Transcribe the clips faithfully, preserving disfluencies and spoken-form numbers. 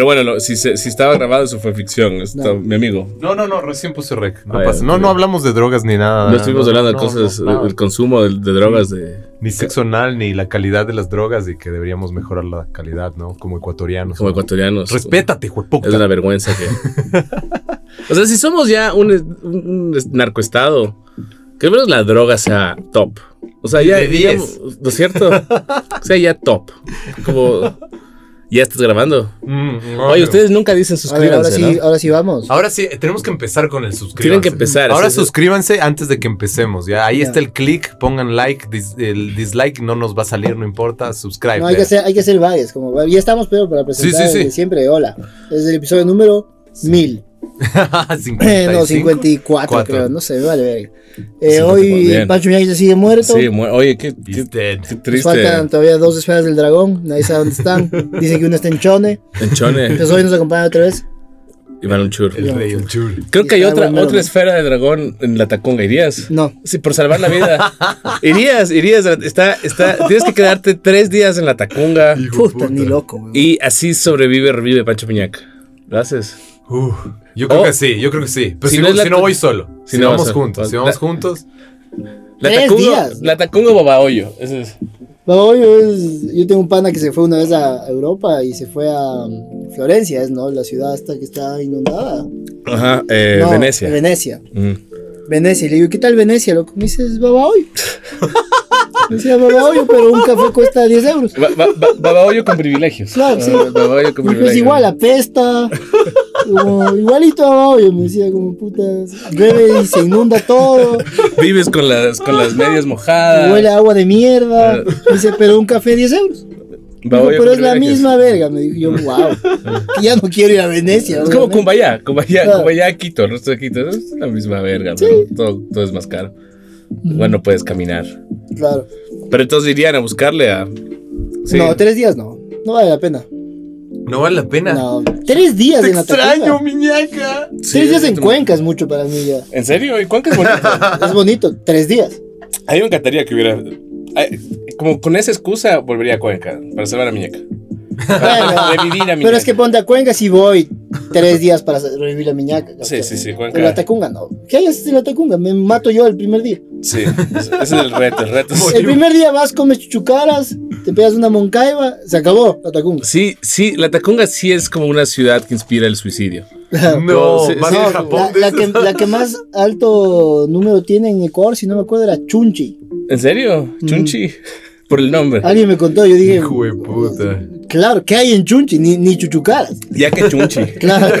bueno, lo, si, se, si estaba grabado, eso fue ficción. Esto, no. Mi amigo. No, no, no, recién puse rec. No, pasa. no, no hablamos de drogas ni nada. No estuvimos no, hablando no, de cosas, no, no, el consumo de, de drogas. de Ni sexo anal, ni la calidad de las drogas y que deberíamos mejorar la calidad, ¿no? Como ecuatorianos. Como ecuatorianos. Respétate, jueputa. Es una vergüenza que... O sea, si somos ya un, un narcoestado, que al menos la droga sea top. O sea, ya... digamos, ¿no es cierto? O sea, ya top. Como... ¿Ya estás grabando? Mm, no, Oye, ustedes nunca dicen suscríbanse, ahora sí, ¿no? Ahora sí vamos. Ahora sí, tenemos que empezar con el suscríbanse. Tienen que empezar. Ahora sí, suscríbanse sí. antes de que empecemos, ¿ya? Ahí ya. está el click, pongan like, dis, el dislike no nos va a salir, no importa, subscribe. No, hay que hacer, hay que hacer varias, como ya estamos, pero para presentar sí, sí, sí. siempre, hola. Es el episodio número sí. mil. cincuenta y cinco no, cincuenta y cuatro Cuatro. creo, no sé, vale, vale. Eh, hoy Pancho Miñaca sigue muerto. Sí, mu- oye, qué, qué, qué triste. Nos faltan todavía dos esferas del dragón, nadie sabe dónde están. Dicen que uno está en Chone. En Chone. Entonces hoy nos acompaña otra vez Iván Unchur. El rey Unchur. Creo que hay otra, otra esfera de dragón en la Tacunga. ¿Irías? No. Sí, por salvar la vida. Irías, irías. Está, está, tienes que quedarte tres días en la Tacunga. Puta, ni loco, güey. Y así sobrevive, revive Pancho Miñaca. ¿Lo haces? Uh, yo creo oh, que sí, yo creo que sí. Pero si, si, no, si no voy solo. Si, si no vamos juntos. Si vamos la, juntos. La Tacunga, la Tacunga Babahoyo. Ese es. Babahoyo es. Yo tengo un pana que se fue una vez a Europa y se fue a um, Florencia, es, ¿no? La ciudad hasta que está inundada. Ajá, eh, no, Venecia. Venecia. Mm. Venecia. Y le digo, ¿qué tal Venecia? Loco, me dices, Babahoyo. Me decía Babahoyo, pero un café cuesta diez euros. Ba- ba- ba- Babahoyo con privilegios. Claro, sí. Babahoyo con privilegios. Es igual, apesta. Como, igualito a Babahoyo, me decía, como puta. Llueve y se inunda todo. Vives con las, con las medias mojadas. Huele a agua de mierda. Me dice, pero un café diez euros. Digo, pero es la misma verga. Me dijo yo, wow. Ya no quiero ir a Venecia. Es obviamente. como Cumbayá. Cumbayá, Claro. Cumbayá a Quito. El resto de Quito es la misma verga. Sí. Pero todo, todo es más caro. Bueno, no puedes caminar. Claro. Pero entonces irían a buscarle a... Sí. No, tres días no. No vale la pena. No vale la pena. No, tres días Te en la extraño, Tacunga. Miñaca. Sí, Tres días en tú- Cuenca es mucho para mí ya. ¿En serio? ¿Y Cuenca es bonito? Es bonito, tres días. A mí me encantaría que hubiera... ay, como con esa excusa volvería a Cuenca para salvar a Miñaca. Para revivir a Miñaca. Pero es que ponte a Cuenca si voy tres días para revivir la Miñaca. Sí, sí, sí, Cuenca. En la Tacunga no. ¿Qué hay en la Tacunga? Me mato yo el primer día. Sí, ese ese es el reto, el reto. es- El primer día vas, comes chuchucaras, te pegas una moncaiba, se acabó la Tacunga. Sí, sí, la Tacunga sí es como una ciudad que inspira el suicidio. No, Sí, más sí, de No, Japón. la, la que, la que más alto número tiene en Ecuador, si no me acuerdo, era Chunchi. ¿En serio? Chunchi. Por el nombre. Alguien me contó, yo dije, Hijo de puta. claro, ¿qué hay en Chunchi? Ni, ni chuchucaras. Ya que Chunchi. Claro.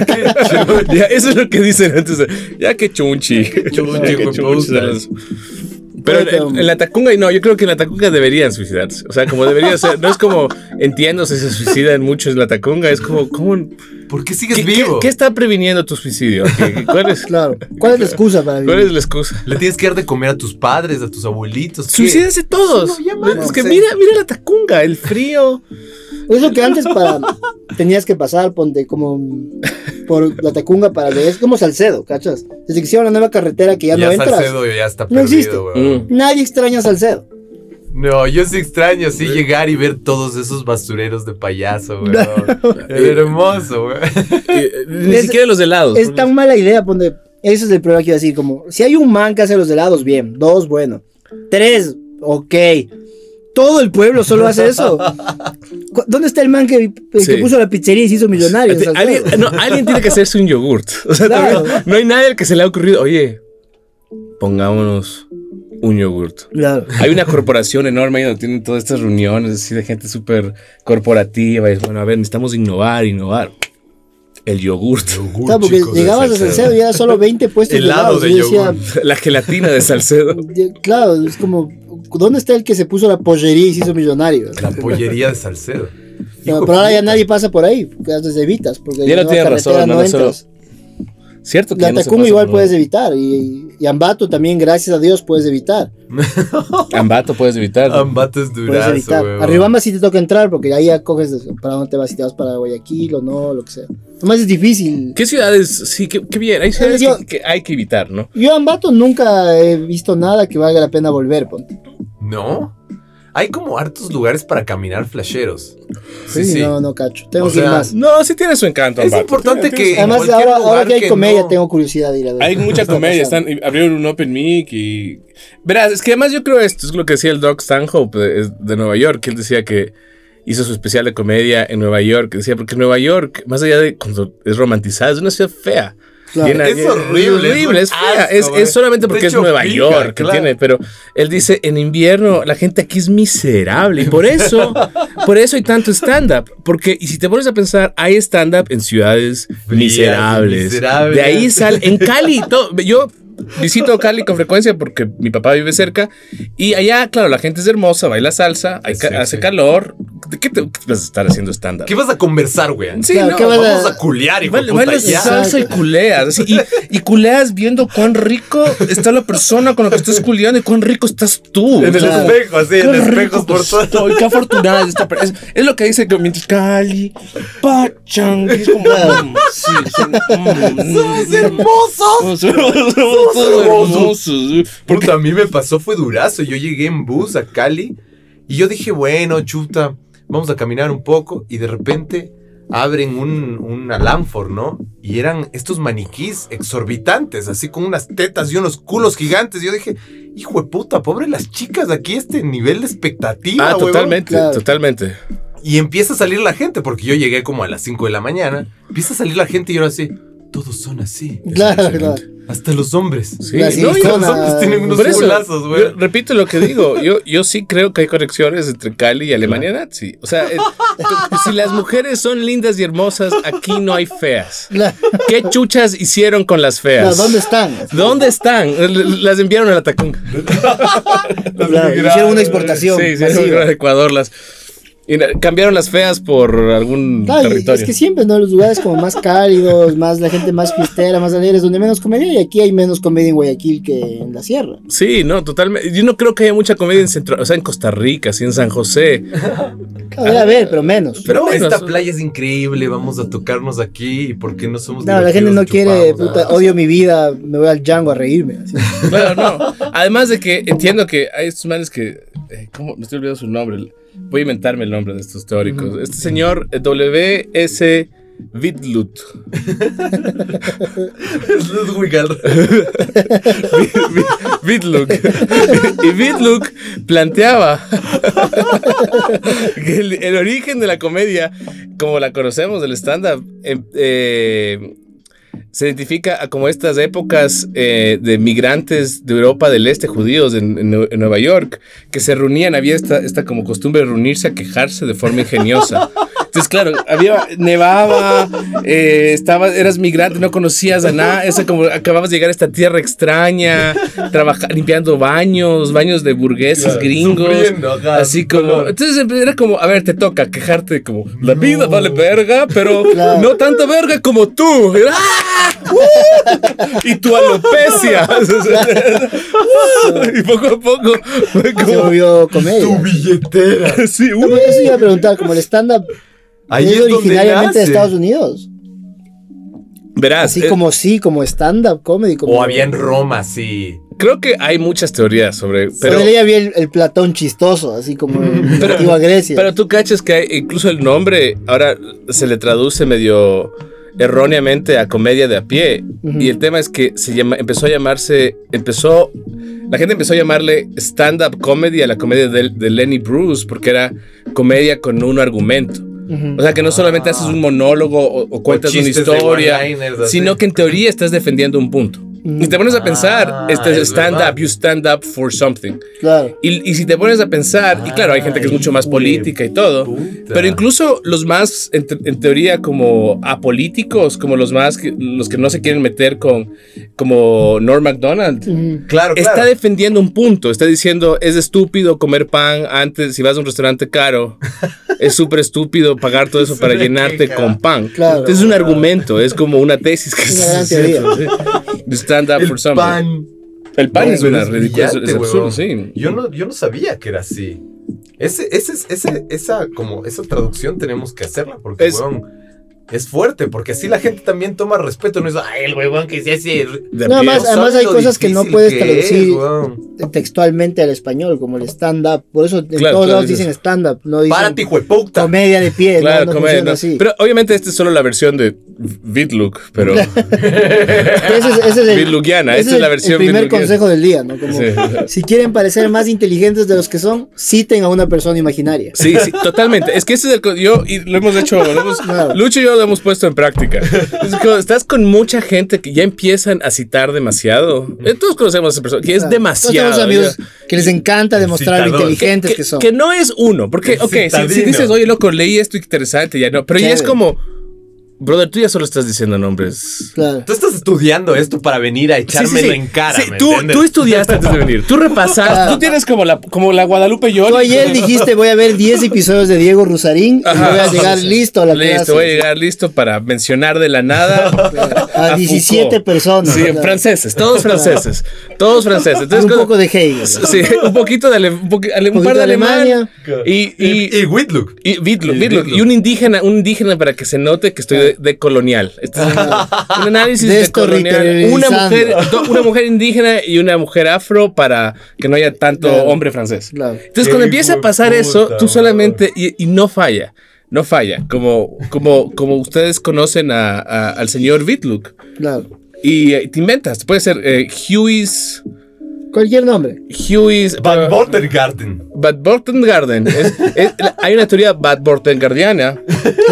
Ya, eso es lo que dicen antes. Ya que Chunchi. Chunchi, Ya que hijo de Chunchi. puta. Pero en, en la Tacunga, no, yo creo que en la Tacunga deberían suicidarse. O sea, como debería ser. No es como, entiendo si se suicidan muchos en la Tacunga. Es como, ¿cómo? ¿Por qué sigues ¿Qué, vivo? qué, qué está previniendo tu suicidio? ¿Qué- ¿Cuál es, Claro. ¿Cuál es la excusa para ¿Cuál vivir? es la excusa? Le tienes que dar de comer a tus padres, a tus abuelitos. ¿qué? Suicídense todos. Sí, no, ya más, es que sí. mira, mira la Tacunga, el frío. Es lo que antes para tenías que pasar, ponte como por la Tacunga para ver, es como Salcedo, ¿cachas? Desde que hicieron la nueva carretera que ya, Ya no entras, Salcedo ya está No existe. perdido, weón. Mm. nadie extraña Salcedo. No, yo sí extraño así llegar y ver todos esos basureros de payaso, weón. Era hermoso, weón. Eh, Ni Es- siquiera los helados. Es tan mala idea, ponte, ese es el problema que iba a decir, como, si hay un man que hace los helados, bien, dos, bueno, tres, ok, todo el pueblo solo hace eso. Cu- ¿Dónde está el man que, que Sí. puso la pizzería y se hizo millonario? en Este, Salcedo? alguien, no, alguien tiene que hacerse un yogurt. O sea, Claro. también, no hay nadie al que se le ha ocurrido, oye, pongámonos un yogurt. Claro. Hay una corporación enorme ahí donde tienen todas estas reuniones así de gente súper corporativa. Y es, bueno, a ver, necesitamos innovar, innovar. El yogurt. Claro, porque llegabas a Salcedo y era solo veinte puestos Helado de de helados. Y yo yogur. decía, La gelatina de Salcedo. de- claro, es como, ¿dónde está el que se puso la pollería y se hizo millonario? La pollería de Salcedo. Pero, Hijo pero ahora de ya puta. nadie pasa por ahí, porque antes evitas, porque Ya no la tienes carretera razón, no, no solo- entras. Cierto que La ya no se Tacunga pasa igual por- puedes evitar, y, y Ambato también, gracias a Dios, puedes evitar. Ambato puedes evitar. Ambato es Puedes durazo, evitar. weón. Arribamba sí te toca entrar, porque ahí ya coges para dónde te vas, si te vas para Guayaquil o no, lo que sea. Nomás es difícil. ¿Qué ciudades? Sí, qué, qué bien. Hay ciudades Yo- que, que hay que evitar, ¿no? Yo a Ambato nunca he visto nada que valga la pena volver, ponte. ¿No? hay como hartos lugares para caminar flasheros. Sí, sí, sí. No, no cacho. Tengo o que ir sea, más. No, sí tiene su encanto. Es Ambato. importante tiene, que... Además, ahora, ahora que hay que comedia, no... tengo curiosidad de ir a ver. Hay mucha comedia. Están, abrieron un Open Mic y... Verás, es que además yo creo esto es lo que decía el Doc Stanhope de, de Nueva York. Él decía que hizo su especial de comedia en Nueva York. Decía, porque Nueva York, más allá de cuando es romantizada, es una ciudad fea. Claro. Llena, es horrible, es, horrible, es fea. Asco, es, es solamente porque es Nueva pica, York, claro. ¿Entiendes? Pero él dice, en invierno la gente aquí es miserable y por eso, por eso hay tanto stand-up. Porque, y si te pones a pensar, hay stand-up en ciudades Frías, miserables. miserables. De ahí sale, en Cali, todo, yo visito Cali con frecuencia porque mi papá vive cerca y allá, claro, la gente es hermosa, baila salsa, hay, sí, hace sí. calor. ¿De qué te vas a estar haciendo stand-up? ¿Qué vas a conversar, güey? Sí, claro, no, ¿qué vamos a... a culear y Baila, bailas salsa y culeas. Así, y, y culeas viendo cuán rico está la persona con la que estás culeando y cuán rico estás tú. En el claro. espejo, así, en el espejo por todo. Qué afortunada es esta persona. Es, es lo que dice que mientras Cali, Pachang, es como... Mm, sí, son, mm, ¡somos hermosos! ¡Somos hermosos! Porque a mí me pasó, fue durazo. Yo llegué en bus a Cali y yo dije, bueno, chuta, vamos a caminar un poco. Y de repente abren un, un Alanfor, ¿no? Y eran estos maniquís exorbitantes, así con unas tetas y unos culos gigantes. Yo dije, hijo de puta, pobre las chicas aquí, este nivel de expectativa. Ah, totalmente, claro. totalmente. Y empieza a salir la gente, porque yo llegué como a las cinco de la mañana. Empieza a salir la gente y yo así, todos son así. Claro, claro. Hasta los hombres. Sí, no, y los hombres tienen unos culazos, güey. Repito lo que digo. Yo, yo sí creo que hay conexiones entre Cali y Alemania nazi. O sea, eh, si las mujeres son lindas y hermosas, aquí no hay feas. ¿Qué chuchas hicieron con las feas? ¿Dónde están? ¿Dónde están? Las enviaron a la Tacunga. Claro, hicieron una exportación. Sí, hicieron a Ecuador las... Y cambiaron las feas por algún claro, territorio. Es que siempre, ¿no? Los lugares como más cálidos, más la gente más fiestera, más alegres, donde menos comedia. Y aquí hay menos comedia en Guayaquil que en la sierra. Sí, no, totalmente. Yo no creo que haya mucha comedia en Centro, o sea, en Costa Rica, sí, en San José. Claro, debe haber, pero menos. Pero no, esta menos. playa es increíble, vamos a tocarnos aquí. ¿Y por qué no somos No, la gente no quiere, chupamos, puta, ¿no? odio mi vida, me voy al Django a reírme. Así. Bueno, no. Además de que entiendo que hay estos manes que... Eh, ¿Cómo? Me estoy olvidando su nombre. Voy a inventarme el nombre de estos teóricos. Este señor, W S Wittlut. Wittlut. Y Wittlut planteaba que el, el origen de la comedia, como la conocemos del stand-up, eh, eh, se identifica a como estas épocas eh, de migrantes de Europa del Este, judíos en, en, en Nueva York, que se reunían, había esta, esta como costumbre de reunirse a quejarse de forma ingeniosa. Entonces, claro, había, nevaba, eh, estabas, eras migrante, no conocías a nada, es como acababas de llegar a esta tierra extraña, trabaja, limpiando baños, baños de burgueses, claro, gringos, así como, entonces era como, a ver, te toca quejarte como, la vida no. vale verga, pero claro. no tanta verga como tú. ¡Ah! ¡Uh! Y tu alopecia. Y poco a poco fue como, se volvió comedia. Tu billetera. Sí, uh. no, eso iba a preguntar, como el stand-up ahí es originariamente de Estados Unidos. Verás. Así eh, como sí, como stand-up comedy. Como o había en Roma, sí. Creo que hay muchas teorías sobre... Pero le había el, el Platón chistoso, así como en la antigua Grecia. Pero tú cachas que hay, incluso el nombre ahora se le traduce medio erróneamente a comedia de a pie. Uh-huh. Y el tema es que se llama, empezó a llamarse... empezó La gente empezó a llamarle stand-up comedy a la comedia de, de Lenny Bruce, porque era comedia con un argumento. Uh-huh. O sea, que no solamente ah. haces un monólogo o, o cuentas o una historia, sino que en teoría estás defendiendo un punto. Y te pones a pensar, ah, este stand-up, you stand up for something. Claro. Y, y si te pones a pensar, y claro, hay gente que es mucho más política y todo, puta. Pero incluso los más, en, te, en teoría, como apolíticos, como los más, que, los que no se quieren meter con, como Norm Macdonald, mm. claro, está claro. defendiendo un punto, está diciendo, es estúpido comer pan antes, si vas a un restaurante caro, es súper estúpido pagar todo eso para llenarte queja. con pan. Claro. Entonces es un argumento, es como una tesis que es una gran teoría. Stand up el for something. Pan. El pan no, es una ridícula, es, brillante, es absurdo, sí. Yo no, yo no sabía que era así. Ese, ese, ese, esa, como, esa traducción tenemos que hacerla porque, es, weón, es fuerte, porque así la gente también toma respeto, no es, ay, el huevón que se hace... No, además, además hay cosas que no puedes traducir es, textualmente al español, como el stand-up, por eso en claro, todos claro, lados dicen stand-up, no dicen párate, hijueputa. Comedia de pie, claro, no, no comedia, no. así. Pero obviamente esta es solo la versión de Vidluk, pero... ese es, ese es el, Vidlukiana, ese esta es la versión el primer Vidlukiana. consejo del día, ¿no? Como, Sí. si quieren parecer más inteligentes de los que son, citen a una persona imaginaria. Sí, sí, totalmente. Es que ese es el... co- Yo, y lo hemos hecho, lo hemos, Claro. Lucho y yo lo hemos puesto en práctica. Es que estás con mucha gente que ya empiezan a citar demasiado. Eh, Todos conocemos a esa persona, que es Claro. demasiado. Todos tenemos amigos ya. que les encanta demostrar lo Citador. inteligentes que, que, son. que no es uno, porque, El ok, si, si citadino. dices, oye, loco, leí esto interesante, ya no, pero ya es Chévere. como, brother, tú ya solo estás diciendo nombres. Claro. Tú estás estudiando esto para venir a Sí, sí, echármelo sí. en cara, Sí, ¿me tú, entiendes? tú estudiaste antes de venir, tú repasaste, Claro. tú tienes como la, como la Guadalupe Yoli. Tú ayer dijiste, voy a ver diez episodios de Diego Rusarín Ajá. y voy a llegar listo a la Listo, clase. voy a llegar listo para mencionar de la nada A diecisiete Foucault. personas. Sí, Claro. franceses, todos franceses, todos franceses. Y Entonces, un cuando- poco de Hegel. Sí, un poquito de ale- un, poqui- ale- un poquito par de de alemán Alemania. y, y, Y, y Whitlock. y Vidluk, Y Vidluk, Vidluk. y un indígena, un indígena para que se note que estoy de, de colonial. Este es un análisis de, colonial. Una mujer, do- una mujer indígena y una mujer afro para que no haya tanto Claro. hombre francés. Claro. Entonces, Qué cuando empieza a pasar hijo de eso, puta, tú solamente y, y no falla. No falla, como, como, como ustedes conocen a, a- al señor Vidluk. Claro. Y eh, te inventas, puede ser eh, Huey's, Cualquier nombre. Huey's, Bad uh, Bottergarten. Bad Bortengarden. Es- es- hay una teoría Bad Bortengardiana.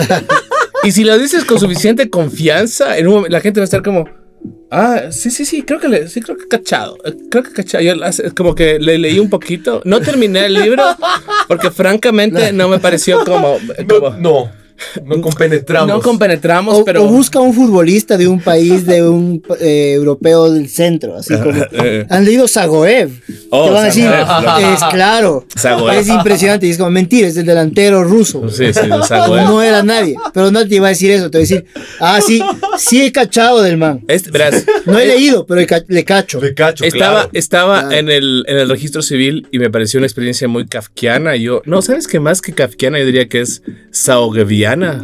Y si lo dices con suficiente confianza, en un momento, la gente va a estar como, ah, sí, sí, sí, creo que le, sí, creo que cachado. eh, Creo que cachado. Yo hace- como que le leí un poquito. No terminé el libro porque francamente no me pareció como, como No, no, no compenetramos. no compenetramos, O, pero o busca un futbolista de un país de un eh, europeo del centro, así como eh. han leído Zagoev. Oh, te van a decir, Zagoev, es claro, Zagoev. es impresionante, y es como mentira, es el delantero ruso. sí, sí, lo saco, eh. No era nadie, pero nadie te iba a decir eso, te va a decir, ah, sí, sí he cachado del man. Es, verás, No he leído, pero le ca- le cacho. De cacho, Estaba, claro. estaba Claro. en, el, en el registro civil y me pareció una experiencia muy kafkiana. Y yo, no, ¿sabes qué más que kafkiana? Yo diría que es saogeviana.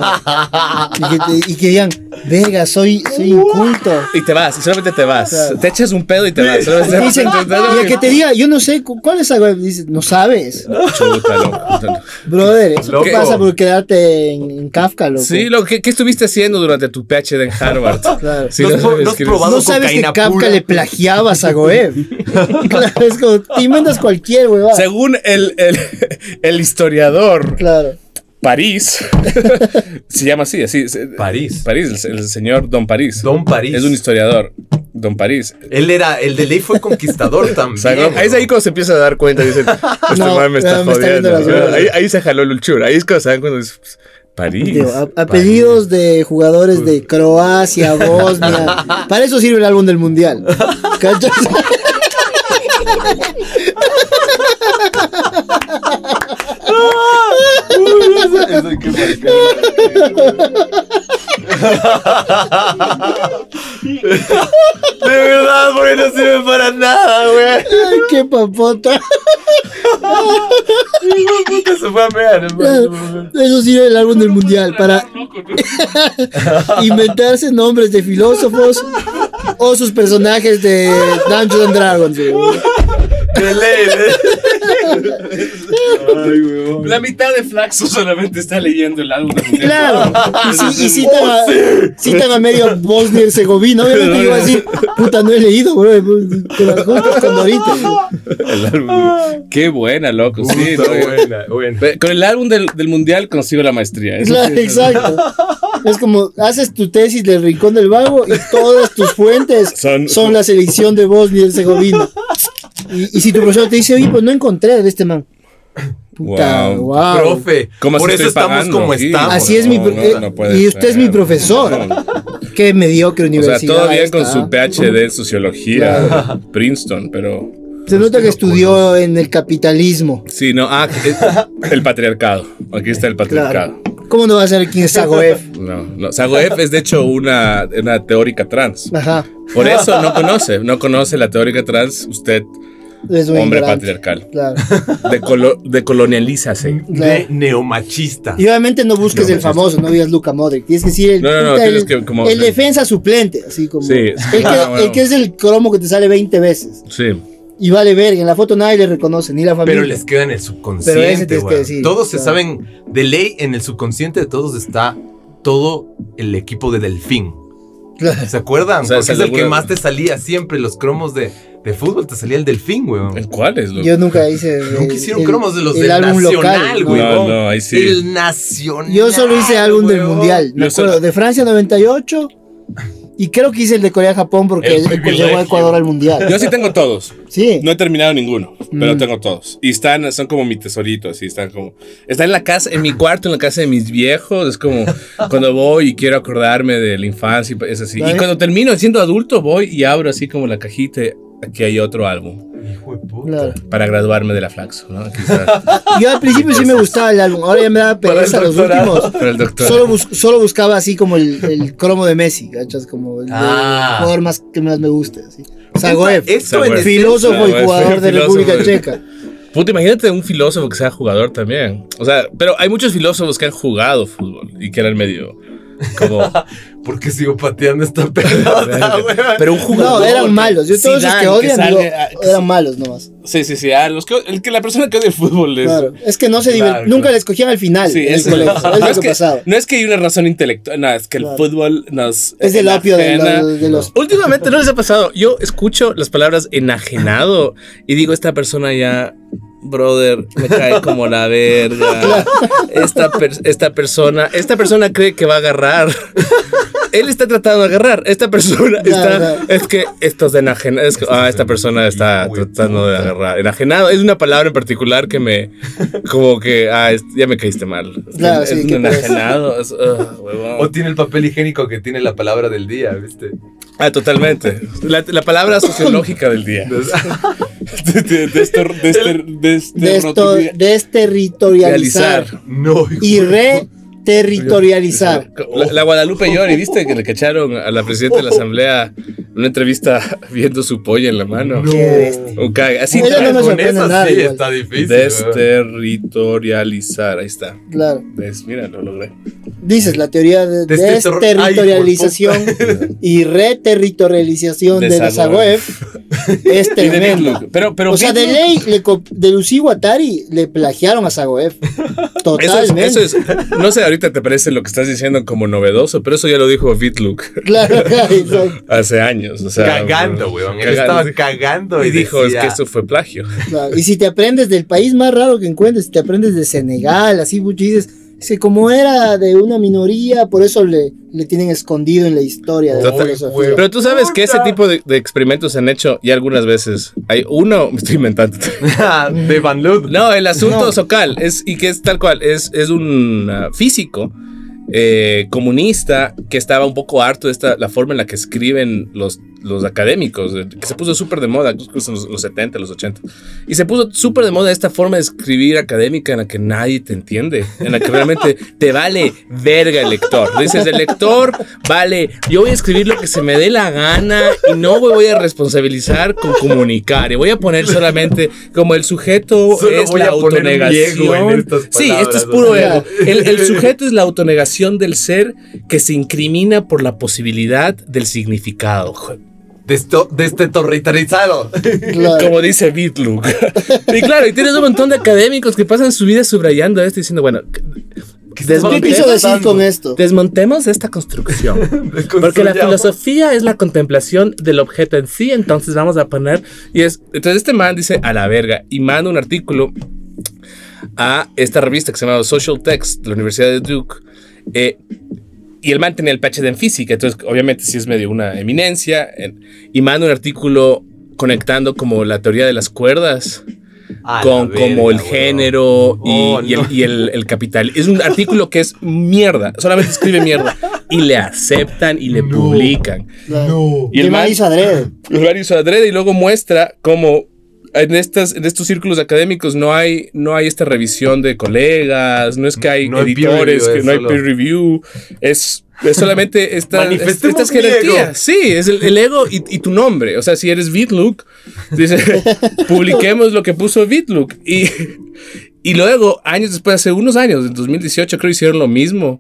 Y que, te- y que digan, verga, soy, soy inculto. Y te vas, y solamente te vas. Claro. Te echas un pedo y te vas. Y te dicen, y el que te diga, yo no sé, cu- ¿cuál es Zagoev? Dices, no sabes. Chuta, loco. Brother, eso Loco. te pasa por quedarte en, en Kafka, loco. Sí, lo que, ¿qué estuviste haciendo durante tu PhD en Harvard? Claro. Sí, ¿No has no pro- sabes no has que- probado No sabes que cocaína Kafka pura? le plagiaba a Zagoev. Claro, es como, te inventas cualquier huevada. Según el, el, el historiador Claro. París, se llama así, así. se- París. París, el, el señor Don París. Don París. Es un historiador. Don París. Él era, el de ley fue conquistador también. O sea, ¿no? Ahí es ahí cuando se empieza a dar cuenta y dicen, este No, man me está no, me está viendo jodiendo. las huevas. ahí, ahí se jaló el ulchur. Ahí es cuando se dan cuenta. es, pues, París. Digo, a- apellidos de jugadores de Croacia, Bosnia. Para eso sirve el álbum del mundial. ¿Cachas? Eso hay que De verdad, güey, no sirve para nada, güey. Ay, qué papota. Puta, se fue a mear, hermano. Eso sirve el álbum del mundial para inventarse nombres de filósofos o sus personajes de Dungeons and Dragons. ¿Sí? De ley, de- Ay, güey. La mitad de Flaxo solamente está leyendo el álbum. Claro, y, si- y citan, a, citan a medio Bosnia y Herzegovina. Obviamente yo iba a decir, puta, no he leído, bro. Te las juntas con ahorita. El álbum. Qué buena, loco. Sí, Puta, no, buena, buena. Ve, con el álbum del, del mundial consigo la maestría. Eso Claro, sí. exacto. Es como, haces tu tesis del Rincón del Vago y todas tus fuentes Son- son, la selección de Bosnia y Herzegovina. Y, y si tu profesor te dice, oye, pues no encontré de este man. Puta, Wow. wow. Profe, ¿Cómo por así eso estoy estamos pagando como aquí? estamos. Así es mi No, pro- no, eh, no puede y usted es ser. mi profesor. No. Qué mediocre O sea, universidad. todo bien con esta. su PhD en sociología, Princeton, pero Se nota que estudió en el capitalismo. sí, no, ah, es- el patriarcado. Aquí está el patriarcado. ¿Cómo no va a saber quién es Zagoev? No, no. Zagoev es de hecho una, una teórica trans. Ajá. Por eso no conoce, no conoce la teórica trans. Usted Es un hombre ignorante. patriarcal. Claro. Decolo- decolonialízase. De neomachista. Y obviamente no busques No, el famoso, no digas Luka Modric. Tienes que decir el, No, no, no, puta, tienes el, que como- el defensa suplente, así como. Sí. El, que, Ah, bueno. el que es el cromo que te sale veinte veces. Sí. Y vale verga, en la foto nadie le reconoce, ni la familia. Pero les queda en el Pero ese subconsciente, tienes que weón. decir, Todos se claro. saben, de ley, en el subconsciente de todos está todo el equipo de Delfín. Claro. ¿Se acuerdan? O sea, Porque es es el que alguna- más te salía siempre, los cromos de, de fútbol, te salía el Delfín, weón. ¿En cuáles? loco? Yo nunca hice. el- Nunca hicieron el- cromos de los el del álbum Nacional, local, ¿no? weón. No, no, ahí sí. El Nacional. Yo solo hice álbum del weón. mundial. Me Yo acuerdo, solo- de Francia noventa y ocho. Y creo que hice el de Corea-Japón porque El él privilegio. llegó a Ecuador al mundial. Yo sí tengo todos. Sí. No he terminado ninguno, pero Mm. tengo todos. Y están, son como mi tesorito, así, están como... Está en la casa, en mi cuarto, en la casa de mis viejos. Es como cuando voy y quiero acordarme de la infancia, es así. Y ¿Vale? cuando termino siendo adulto, voy y abro así como la cajita. Aquí hay otro álbum Hijo de puta. Claro. para graduarme de la Flaxo, ¿no? Aquí está. Yo al principio sí me gustaba el álbum, ahora ya me da Para el pereza los doctorado. últimos. Para el doctor. Solo, bus- solo buscaba así como el, el cromo de Messi, ¿cachas? Como el, de- Ah. el jugador más que más me guste. Así. Zagoev, Esto en Zagoev. filósofo Zagoev, y jugador de filósofo. República Checa. Puta, imagínate un filósofo que sea jugador también. O sea, pero hay muchos filósofos que han jugado fútbol y que eran medio como... ¿Por qué sigo pateando esta pelota, weón? Pero un jugador... No, eran malos. Yo todos esos Zidane, que odian, sale digo, a- eran malos nomás. Sí, sí, sí. Ah, los que, el que la persona que odia el fútbol es... Claro. Es que no se Claro, divert- claro. nunca les cogían al final Sí, en el es, colegio. Es no, lo es que que, pasaba. no es que hay una razón intelectual, no, es que el Claro. fútbol nos... Es el opio de enajena. los, de los- Últimamente no les ha pasado. Yo escucho las palabras enajenado y digo, esta persona ya, brother, me cae como la verga. Esta, per- esta persona, esta persona cree que va a agarrar. Él está tratando de agarrar. Esta persona está. Claro. Es que esto es de enajenado. Es que, ah, esta persona está Hijo de tratando de puta. agarrar. Enajenado es una palabra en particular que me. Como que. Ah, es- ya me caíste mal. Claro, es sí, un qué pereza. enajenado. Es, ah, huevón. O tiene el papel higiénico que tiene la palabra del día, ¿viste? Ah, totalmente. La, la palabra sociológica del día. De, de, de esto- de este- de este de esto, rotulia- desterritorializar realizar. No, hijo y de- reterritorializar. La, la Guadalupe Llori, ¿viste? Que le cacharon a la presidenta de la asamblea una entrevista viendo su polla en la mano. No. Qué bestia. Un cague. Así, Ella no me Con sorprende esa nada sí igual. está difícil. weón. desterritorializar. Ahí está. Claro. ¿Ves? Mira, lo logré. Dices la teoría de Desterro- desterritorialización y reterritorialización De de la Zagoev. Zagoev es Y de tremenda. Bitlook. Pero, pero O sea, de Bitlook- ley, le co- de Lucy Guattari le plagiaron a Zagoev. Eso es, Totalmente. eso es, no sé, ahorita te parece lo que estás diciendo como novedoso, pero eso ya lo dijo Bitlook Claro, claro. hace años. O sea, Cagando, weón. Él cagando. estaba cagando Y y, dijo, decía, es que eso fue plagio. Claro. Y si te aprendes del país más raro que encuentres, si te aprendes de Senegal, así mucho dices, es que como era de una minoría, por eso le, le tienen escondido en la historia de la Total. filosofía. Pero tú sabes que ese Puta. tipo de, de experimentos se han hecho ya algunas veces. Hay uno, me estoy inventando. de Van Lud. No, el asunto No. Socal es, y que es tal cual, es, es un uh, físico eh, comunista que estaba un poco harto de esta, la forma en la que escriben los, los académicos, eh, que se puso súper de moda, incluso en los, los setenta, los ochenta. Y se puso súper de moda esta forma de escribir académica en la que nadie te entiende, en la que realmente te vale verga el lector. Dices, el lector, vale, yo voy a escribir lo que se me dé la gana y no me voy a responsabilizar con comunicar. Y voy a poner solamente como el sujeto Solo es voy la a poner un autonegación. ego en estas Sí, esto es palabras, puro o sea. ego. El, el sujeto es la autonegación del ser que se incrimina por la posibilidad del significado. Desto- Desterritorializado. Claro. Como dice Bitlook. Y claro, y tienes un montón de académicos que pasan su vida subrayando esto y diciendo, bueno, ¿Qué ¿Qué desmonte- quiso decir con esto? desmontemos esta construcción. Porque la filosofía es la contemplación del objeto en sí, entonces vamos a poner... Y es, entonces este man dice, a la verga, y manda un artículo a esta revista que se llama Social Text de la Universidad de Duke. Eh, y el man tenía el P H D en física, entonces obviamente sí es medio una eminencia. En, y manda un artículo conectando como la teoría de las cuerdas A la con verga, como el weón. género y, Oh, y el, no. y el- el capital. Es un artículo que es mierda, solamente escribe mierda. Y le aceptan y le No. publican. Claro. No. Y el man hizo adrede. El man hizo adrede y luego muestra cómo en, estas, en estos círculos académicos no hay, no hay esta revisión de colegas, no es que hay no editores, hay que no hay peer review, es, es solamente esta, estas jerarquías. Sí, es el, el ego y, y tu nombre. O sea, si eres Vitlook, dice, publiquemos lo que puso Vitlook. Y, y luego, años después, hace unos años, en dos mil dieciocho, creo que hicieron lo mismo.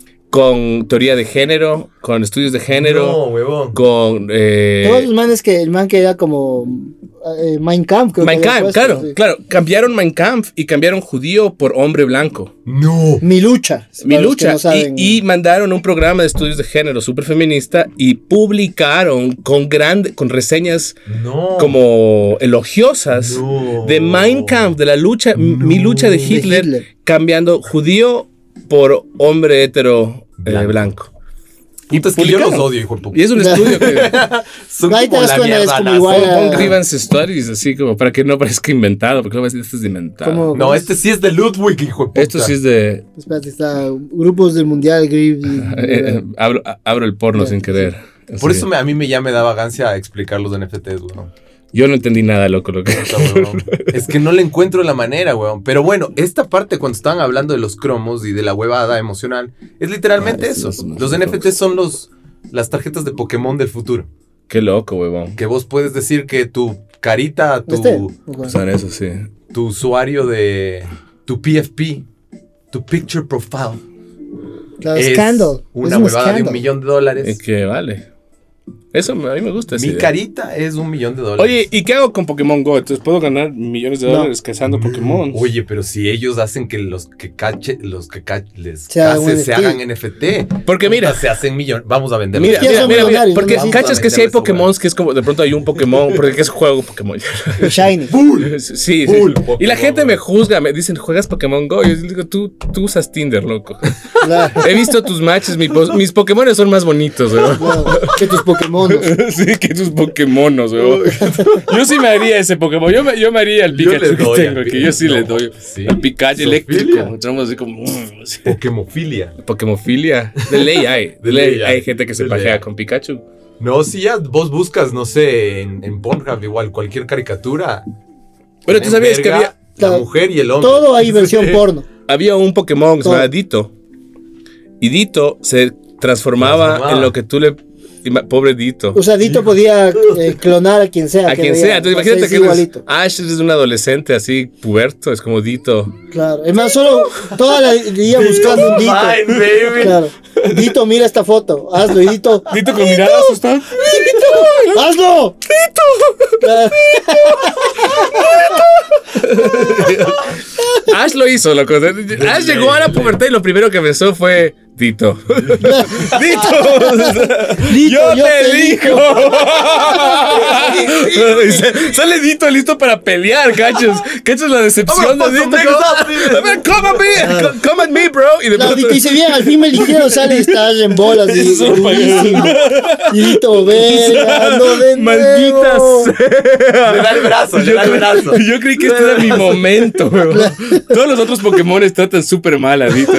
Con teoría de género, con estudios de género, no, huevón. Con... Eh, Todos los manes que el man que era como eh, Mein Kampf. Mein Kampf, claro, sí. claro. Cambiaron Mein Kampf y cambiaron judío por hombre blanco. No. Mi lucha. Mi lucha. No y, y mandaron un programa de estudios de género súper feminista y publicaron con, grande, con reseñas no. como elogiosas no. de Mein Kampf, de la lucha, no. Mi lucha de Hitler, de Hitler, cambiando judío por hombre hetero blanco. Eh, blanco. Y pues que yo los odio, hijo de puta. Y es un estudio que son como la mierda. Como igual Pon grievance stories así como para que no parezca inventado, porque no va a decir esto es inventado. ¿Cómo, no, este sí es de Ludwig, hijo de puta. Esto sí es de... Espérate, está grupos del mundial, Grieve. eh, abro, abro el porno yeah, sin querer. Sí. Por eso me, a mí me ya me da vagancia explicar los N F Ts, weón. Yo no entendí nada, loco, lo que... Es que no le encuentro la manera, weón. Pero bueno, esta parte cuando estaban hablando de los cromos y de la huevada emocional, es literalmente ah, eso. Es los N F Ts son los, las tarjetas de Pokémon del futuro. Qué loco, huevón. Que vos puedes decir que tu carita, tu... ¿Este? Okay. Son eso, sí. Tu usuario de... Tu P F P, tu Picture Profile. Claro, es scandal. Una es un huevada scandal. de un millón de dólares. Es que vale. Eso a mí me gusta. Mi carita es un millón de dólares. Oye, ¿y qué hago con Pokémon Go? Entonces puedo ganar millones de dólares no. cazando Pokémon. Oye, pero si ellos hacen que los que cache, los que cache, les se, case, se hagan N F T. Porque mira, se hacen millones. Vamos a venderlos. Mira, mira, mira, mira, porque no cachas que si hay Pokémon que es como de pronto hay un Pokémon, porque es juego Pokémon. Shiny. Full. Sí, sí. Full sí. Y la gente me juzga, me dicen, "¿Juegas Pokémon Go?" Y yo digo, "Tú tú usas Tinder, loco." Claro. He visto tus matches, mi, mis Pokémon son más bonitos, ¿no? Claro, que tus Pokémon. Sí, que tus Pokémonos, weón. Yo sí me haría ese Pokémon. Yo me, yo me haría el Pikachu que tengo aquí. Yo sí no, le doy. Sí. El Pikachu eléctrico. Entramos así como. Sí. Pokémofilia. Pokémofilia. De ley hay. De ley hay gente que se pajea con Pikachu. No, si ya vos buscas, no sé, en, en Pornhub igual, cualquier caricatura. Pero tú sabías que había. La mujer y el hombre. Todo hay versión sí. porno. Había un Pokémon que se llama Dito. Y Dito se transformaba, transformaba en lo que tú le. Pobre Dito. O sea, Dito podía eh, clonar a quien sea. A quien sea. Entonces imagínate que igualito. Ash es un adolescente así, puberto, es como Dito. Claro. Es más, solo toda la día buscando un Dito. Fine, baby. Claro. Dito, mira esta foto. Hazlo. Y Dito. Dito con mirada asustada. ¡Dito! ¡Hazlo! ¡Dito! Claro. ¡Dito! Ash lo hizo, loco. Ash llegó a la pubertad y lo primero que pensó fue Dito. Dito. Dito, yo, yo te te elijo. Sale Dito listo para pelear, cachos. Cachos la decepción de Dito. Come at me, come at me, bro. Y de pronto dice bien, al fin me eligieron, sale y estás en bolas. Y, y Dito, venga, no de maldita sea. Le da el brazo, le da el brazo. Yo creí que este era mi momento, bro. Todos los otros Pokémon tratan súper mal a Dito.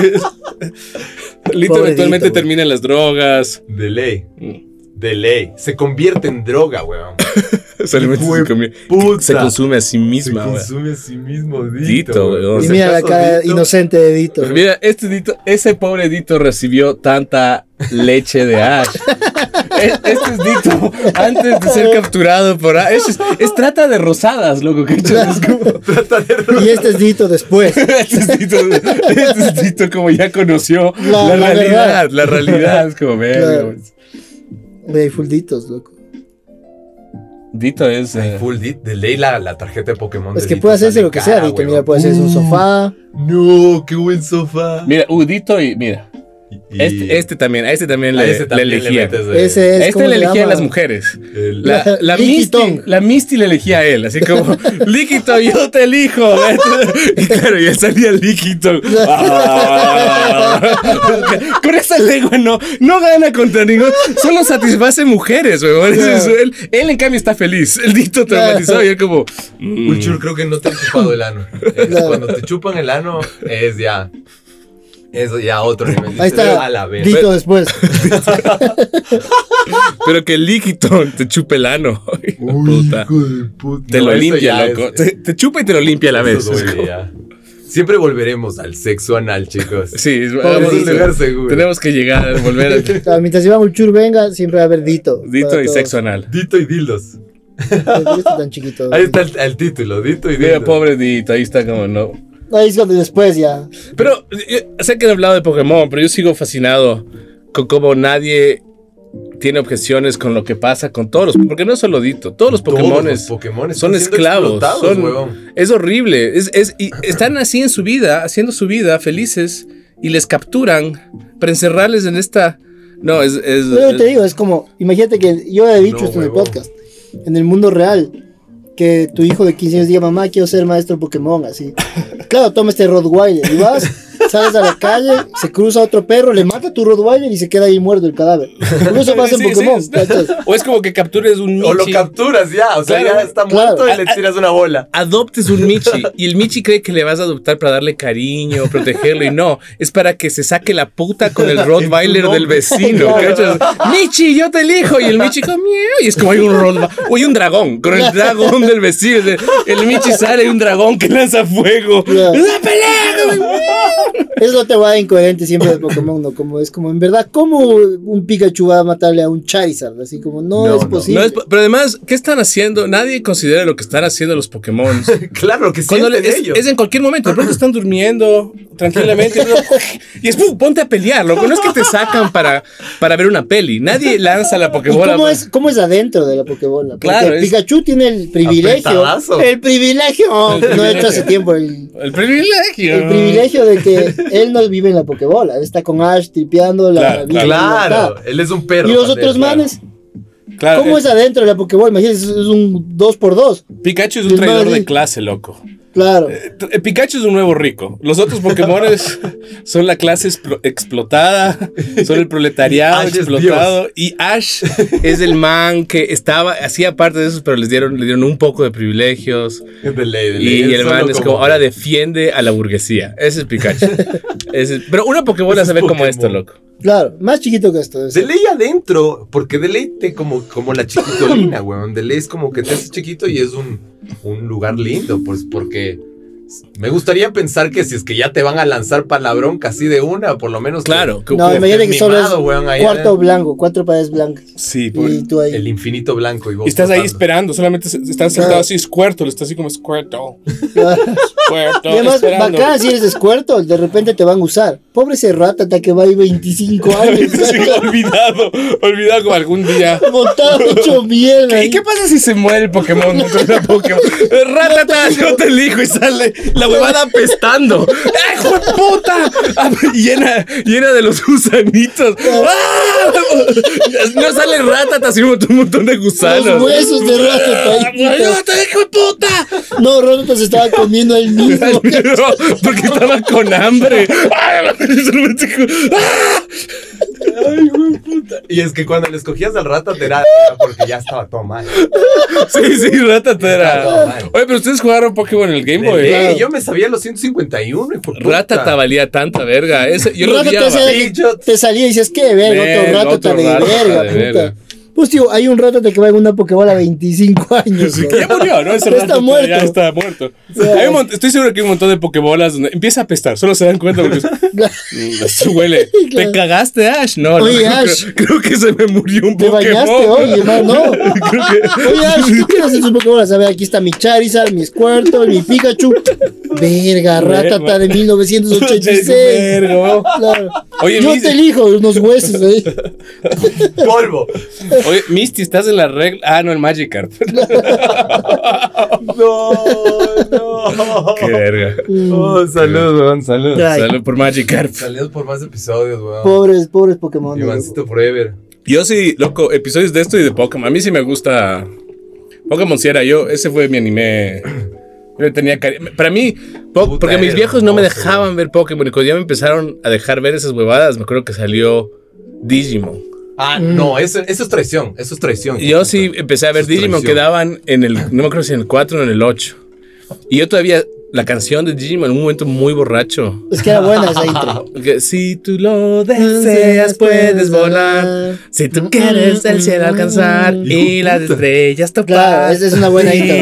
Lito Pobre eventualmente Dito, termina en las drogas. De ley. De ley. Se convierte en droga, weón. se, se consume a sí misma, Se consume weón. a sí mismo, Dito. Dito weón. Y mira la cara Dito? inocente de Dito. ¿No? Mira, este Dito, ese pobre Dito recibió tanta leche de Ash. Este es Dito antes de ser capturado por Ash. Es, es trata de rosadas, loco. Que claro. Es como, trata de rosadas. Y este es Dito después. este, es Dito, este es Dito como ya conoció la, la, la realidad. Verdad. La realidad es como, claro. Hay full Ditos, loco. Dito es. Hay full Dito. De ley la, la tarjeta de Pokémon. Es de que Dito puede hacerse lo que sea, Dito. Mira, puede hacerse uh, un sofá. No, qué buen sofá. Mira, uh, Dito y mira. Y este, este también, a este también le, este también le elegía. Le de... Ese es, este le elegían las mujeres. El... La, la, Misty, la Misty le elegía a él, así como, Líquito, yo te elijo. Y claro, ya salía Líquito. Ah, con esa lengua no, no gana contra ningún. Solo satisface mujeres, weón. Claro. Él, él en cambio está feliz. El Dito traumatizado claro. Y él como. Mm. Ulchur, creo que no te han chupado el ano. Es, claro. Cuando te chupan el ano, es ya. Eso ya otro nivel. Ahí está, a la vez. Dito después. Pero que el líquido te chupe el ano. Uy, Puta. hijo de puta. Te No, lo eso limpia, ya loco. es- Te, te chupa y te lo limpia a la vez. eso duele ya. Siempre volveremos al sexo anal, chicos. Sí, Es hagamos un eso. lugar seguro. Tenemos que llegar a volver a Claro, mientras Iván Ulchur venga, siempre va a haber Dito. Dito para y todos. sexo anal. Dito y dildos. ¿Por qué está tan chiquito? Ahí está el, el título, Dito y Mira, dildos. pobre Dito, ahí está como no. Ahí es cuando después ya. Pero yo sé que he hablado de Pokémon, pero yo sigo fascinado con cómo nadie tiene objeciones con lo que pasa con todos los, porque no es solo Dito, todos los Todos Pokémones los Pokémones son están siendo esclavos, explotados, son- huevón. es horrible, es, es, y están así en su vida, haciendo su vida, felices, y les capturan para encerrarles en esta, no, es, es, Yo te es- digo, es como, imagínate que yo he dicho No, esto en el huevón. podcast, en el mundo real, que tu hijo de quince años diga, mamá, quiero ser maestro Pokémon, así. Claro, toma este Rottweiler y vas, sales a la calle, se cruza otro perro, le mata a tu Rottweiler y se queda ahí muerto el cadáver. Por eso pasa en Sí, sí, Pokémon, es- ¿cachas? o es como que captures un O lo Michi, capturas ya, o sea, Claro, ya está claro. muerto y A- le a- tiras una bola. adoptes un Michi y el Michi cree que le vas a adoptar para darle cariño, protegerlo y no, es para que se saque la puta con el Rottweiler del vecino, ¿cachas? Michi, yo te elijo y el Michi con miau y es como hay un Rottweiler, o hay un dragón con el dragón del vecino, el, el Michi sale y un dragón que lanza fuego. Claro. ¡La pelea! Es lo te va incoherente siempre de Pokémon, ¿no? Como es como, en verdad, ¿cómo un Pikachu va a matarle a un Charizard? Así como, no, No, es no. posible. No es, pero además, ¿qué están haciendo? Nadie considera lo que están haciendo los Pokémon. Claro que Cuando sienten le- es, ellos. es en cualquier momento, de pronto están durmiendo tranquilamente y es ¡pum! Ponte a pelear, loco. No es que te sacan para, para ver una peli. Nadie lanza la ¿Y Pokébola. cómo es, cómo es adentro de la Pokébola? Porque Claro, es- Pikachu tiene el privilegio. Apretadazo. El privilegio. El No he hecho privilegio. hace tiempo el, El privilegio. el privilegio de que él no vive en la Pokébola. Él está con Ash tripeando la Claro, vida. Claro, libertad. él es un perro. Y los también, otros claro. manes, Claro, ¿cómo eh, es adentro de la Pokébola? Imagínense, es un dos por dos. Pikachu es Y un el traidor man de ahí- clase, loco. Claro. Eh, Pikachu es un nuevo rico. Los otros Pokémones son la clase explo- explotada, son el proletariado Ash es explotado. Y Ash es el man que estaba, hacía parte de esos, pero les dieron, le dieron un poco de privilegios. Es de ley, de ley. Y Él el man solo es como, ahora defiende a la burguesía. Ese es Pikachu. Ese es- pero una Pokébola Ese se es ve como Pokémon. esto, loco. Claro, más chiquito que esto. es- De ley adentro, porque de ley te como, como la chiquitolina, weón. De ley es como que te haces chiquito y es un, un lugar lindo, pues porque me gustaría pensar que si es que ya te van a lanzar para la bronca así de una, por lo menos. Claro. que- No, que- imagínate que solo es mimado, weón, ahí cuarto adentro. blanco, cuatro paredes blancas. Sí, por- Y tú ahí. El infinito blanco y vos y estás ahí flotando. esperando, solamente se- estás sentado así, Squirtle, estás así como Squirtle. Claro. Squirtle, Y además, esperando. bacán si eres Squirtle, de repente te van a usar. Pobre ese ratata que va ahí veinticinco años. Sí, olvidado, olvidado como algún día. Montado hecho mierda. ¿Y qué pasa si se muere el Pokémon dentro de la Pokémon? Ratata, yo te elijo y sale la huevada apestando. ¡Eh, hijo de puta! Ah, llena, llena de los gusanitos. ¡Ah! No sale Ratata, sino un montón de gusanos. Los huesos de Ratata ahí, puta. ¡Ayúdate, hijo de puta! No, Ratata se estaba comiendo a él mismo. No, porque estaba con hambre. ¡Ah! Ay, güey, puta. Y es que cuando le escogías al rato te era era porque ya estaba todo mal. Sí, sí, Ratata era. Estaba mal. Oye, pero ustedes jugaron Pokémon en el Game De Boy. ley, Claro. yo me sabía los ciento cincuenta y uno. hijo de puta. Ratata valía tanta verga. Ese, yo lo Ratata odiaba. se- Bichos. te salía y dices, qué verga, Verga, otro Ratata otro de Ratata verga, de puta. verga. Pues tío, hay un Ratata que va en una Pokébola a veinticinco años. Sí, ¿no? que ya murió, ¿no? Ese Ya está Ratata muerto. Ya está muerto. Ya. Hay un mon- estoy seguro que hay un montón de Pokébolas donde empieza a apestar. Solo se dan cuenta porque mm, esto huele. Claro. ¿Te cagaste, Ash? No, no. Oye, creo, Ash. Creo, creo que se me murió un Te Pokémon. bañaste hoy, hermano. No. Creo que- Oye, Ash, ¿tú qué haces en sus Pokébolas? A ver, aquí está mi Charizard, mi Squirtle, mi Pikachu. Verga, Ratata de mil novecientos ochenta y seis. Verga. Claro. Oye, Yo Miss- te elijo unos huesos ahí. Polvo. Oye, Misty, estás en la regla. Ah, no, el Magikarp. No, no. Qué verga. Oh, salud, weón, salud. Ay. Salud por Magikarp. Saludos por más episodios, weón. Pobres, pobres Pokémon. ¿no? Ivancito Forever. Yo sí, loco, episodios de esto y de Pokémon. A mí sí me gusta. Pokémon si era yo. Ese fue mi anime. Yo le tenía cari- Para mí, po- Puta, porque mis era viejos no me hermoso, dejaban ver Pokémon. Y cuando ya me empezaron a dejar ver esas huevadas, me acuerdo que salió Digimon. Ah, no, eso, eso es traición. Eso es traición. Y yo sí empecé a ver Eso es Digimon traición. que daban en el. No me acuerdo si en el cuatro o en el ocho. Y yo todavía la canción de Digimon en un momento muy borracho. Es que era buena esa intro. Que, si tú lo deseas, puedes volar. Si tú quieres el cielo alcanzar y las estrellas tocar. Claro, esa es una buena intro.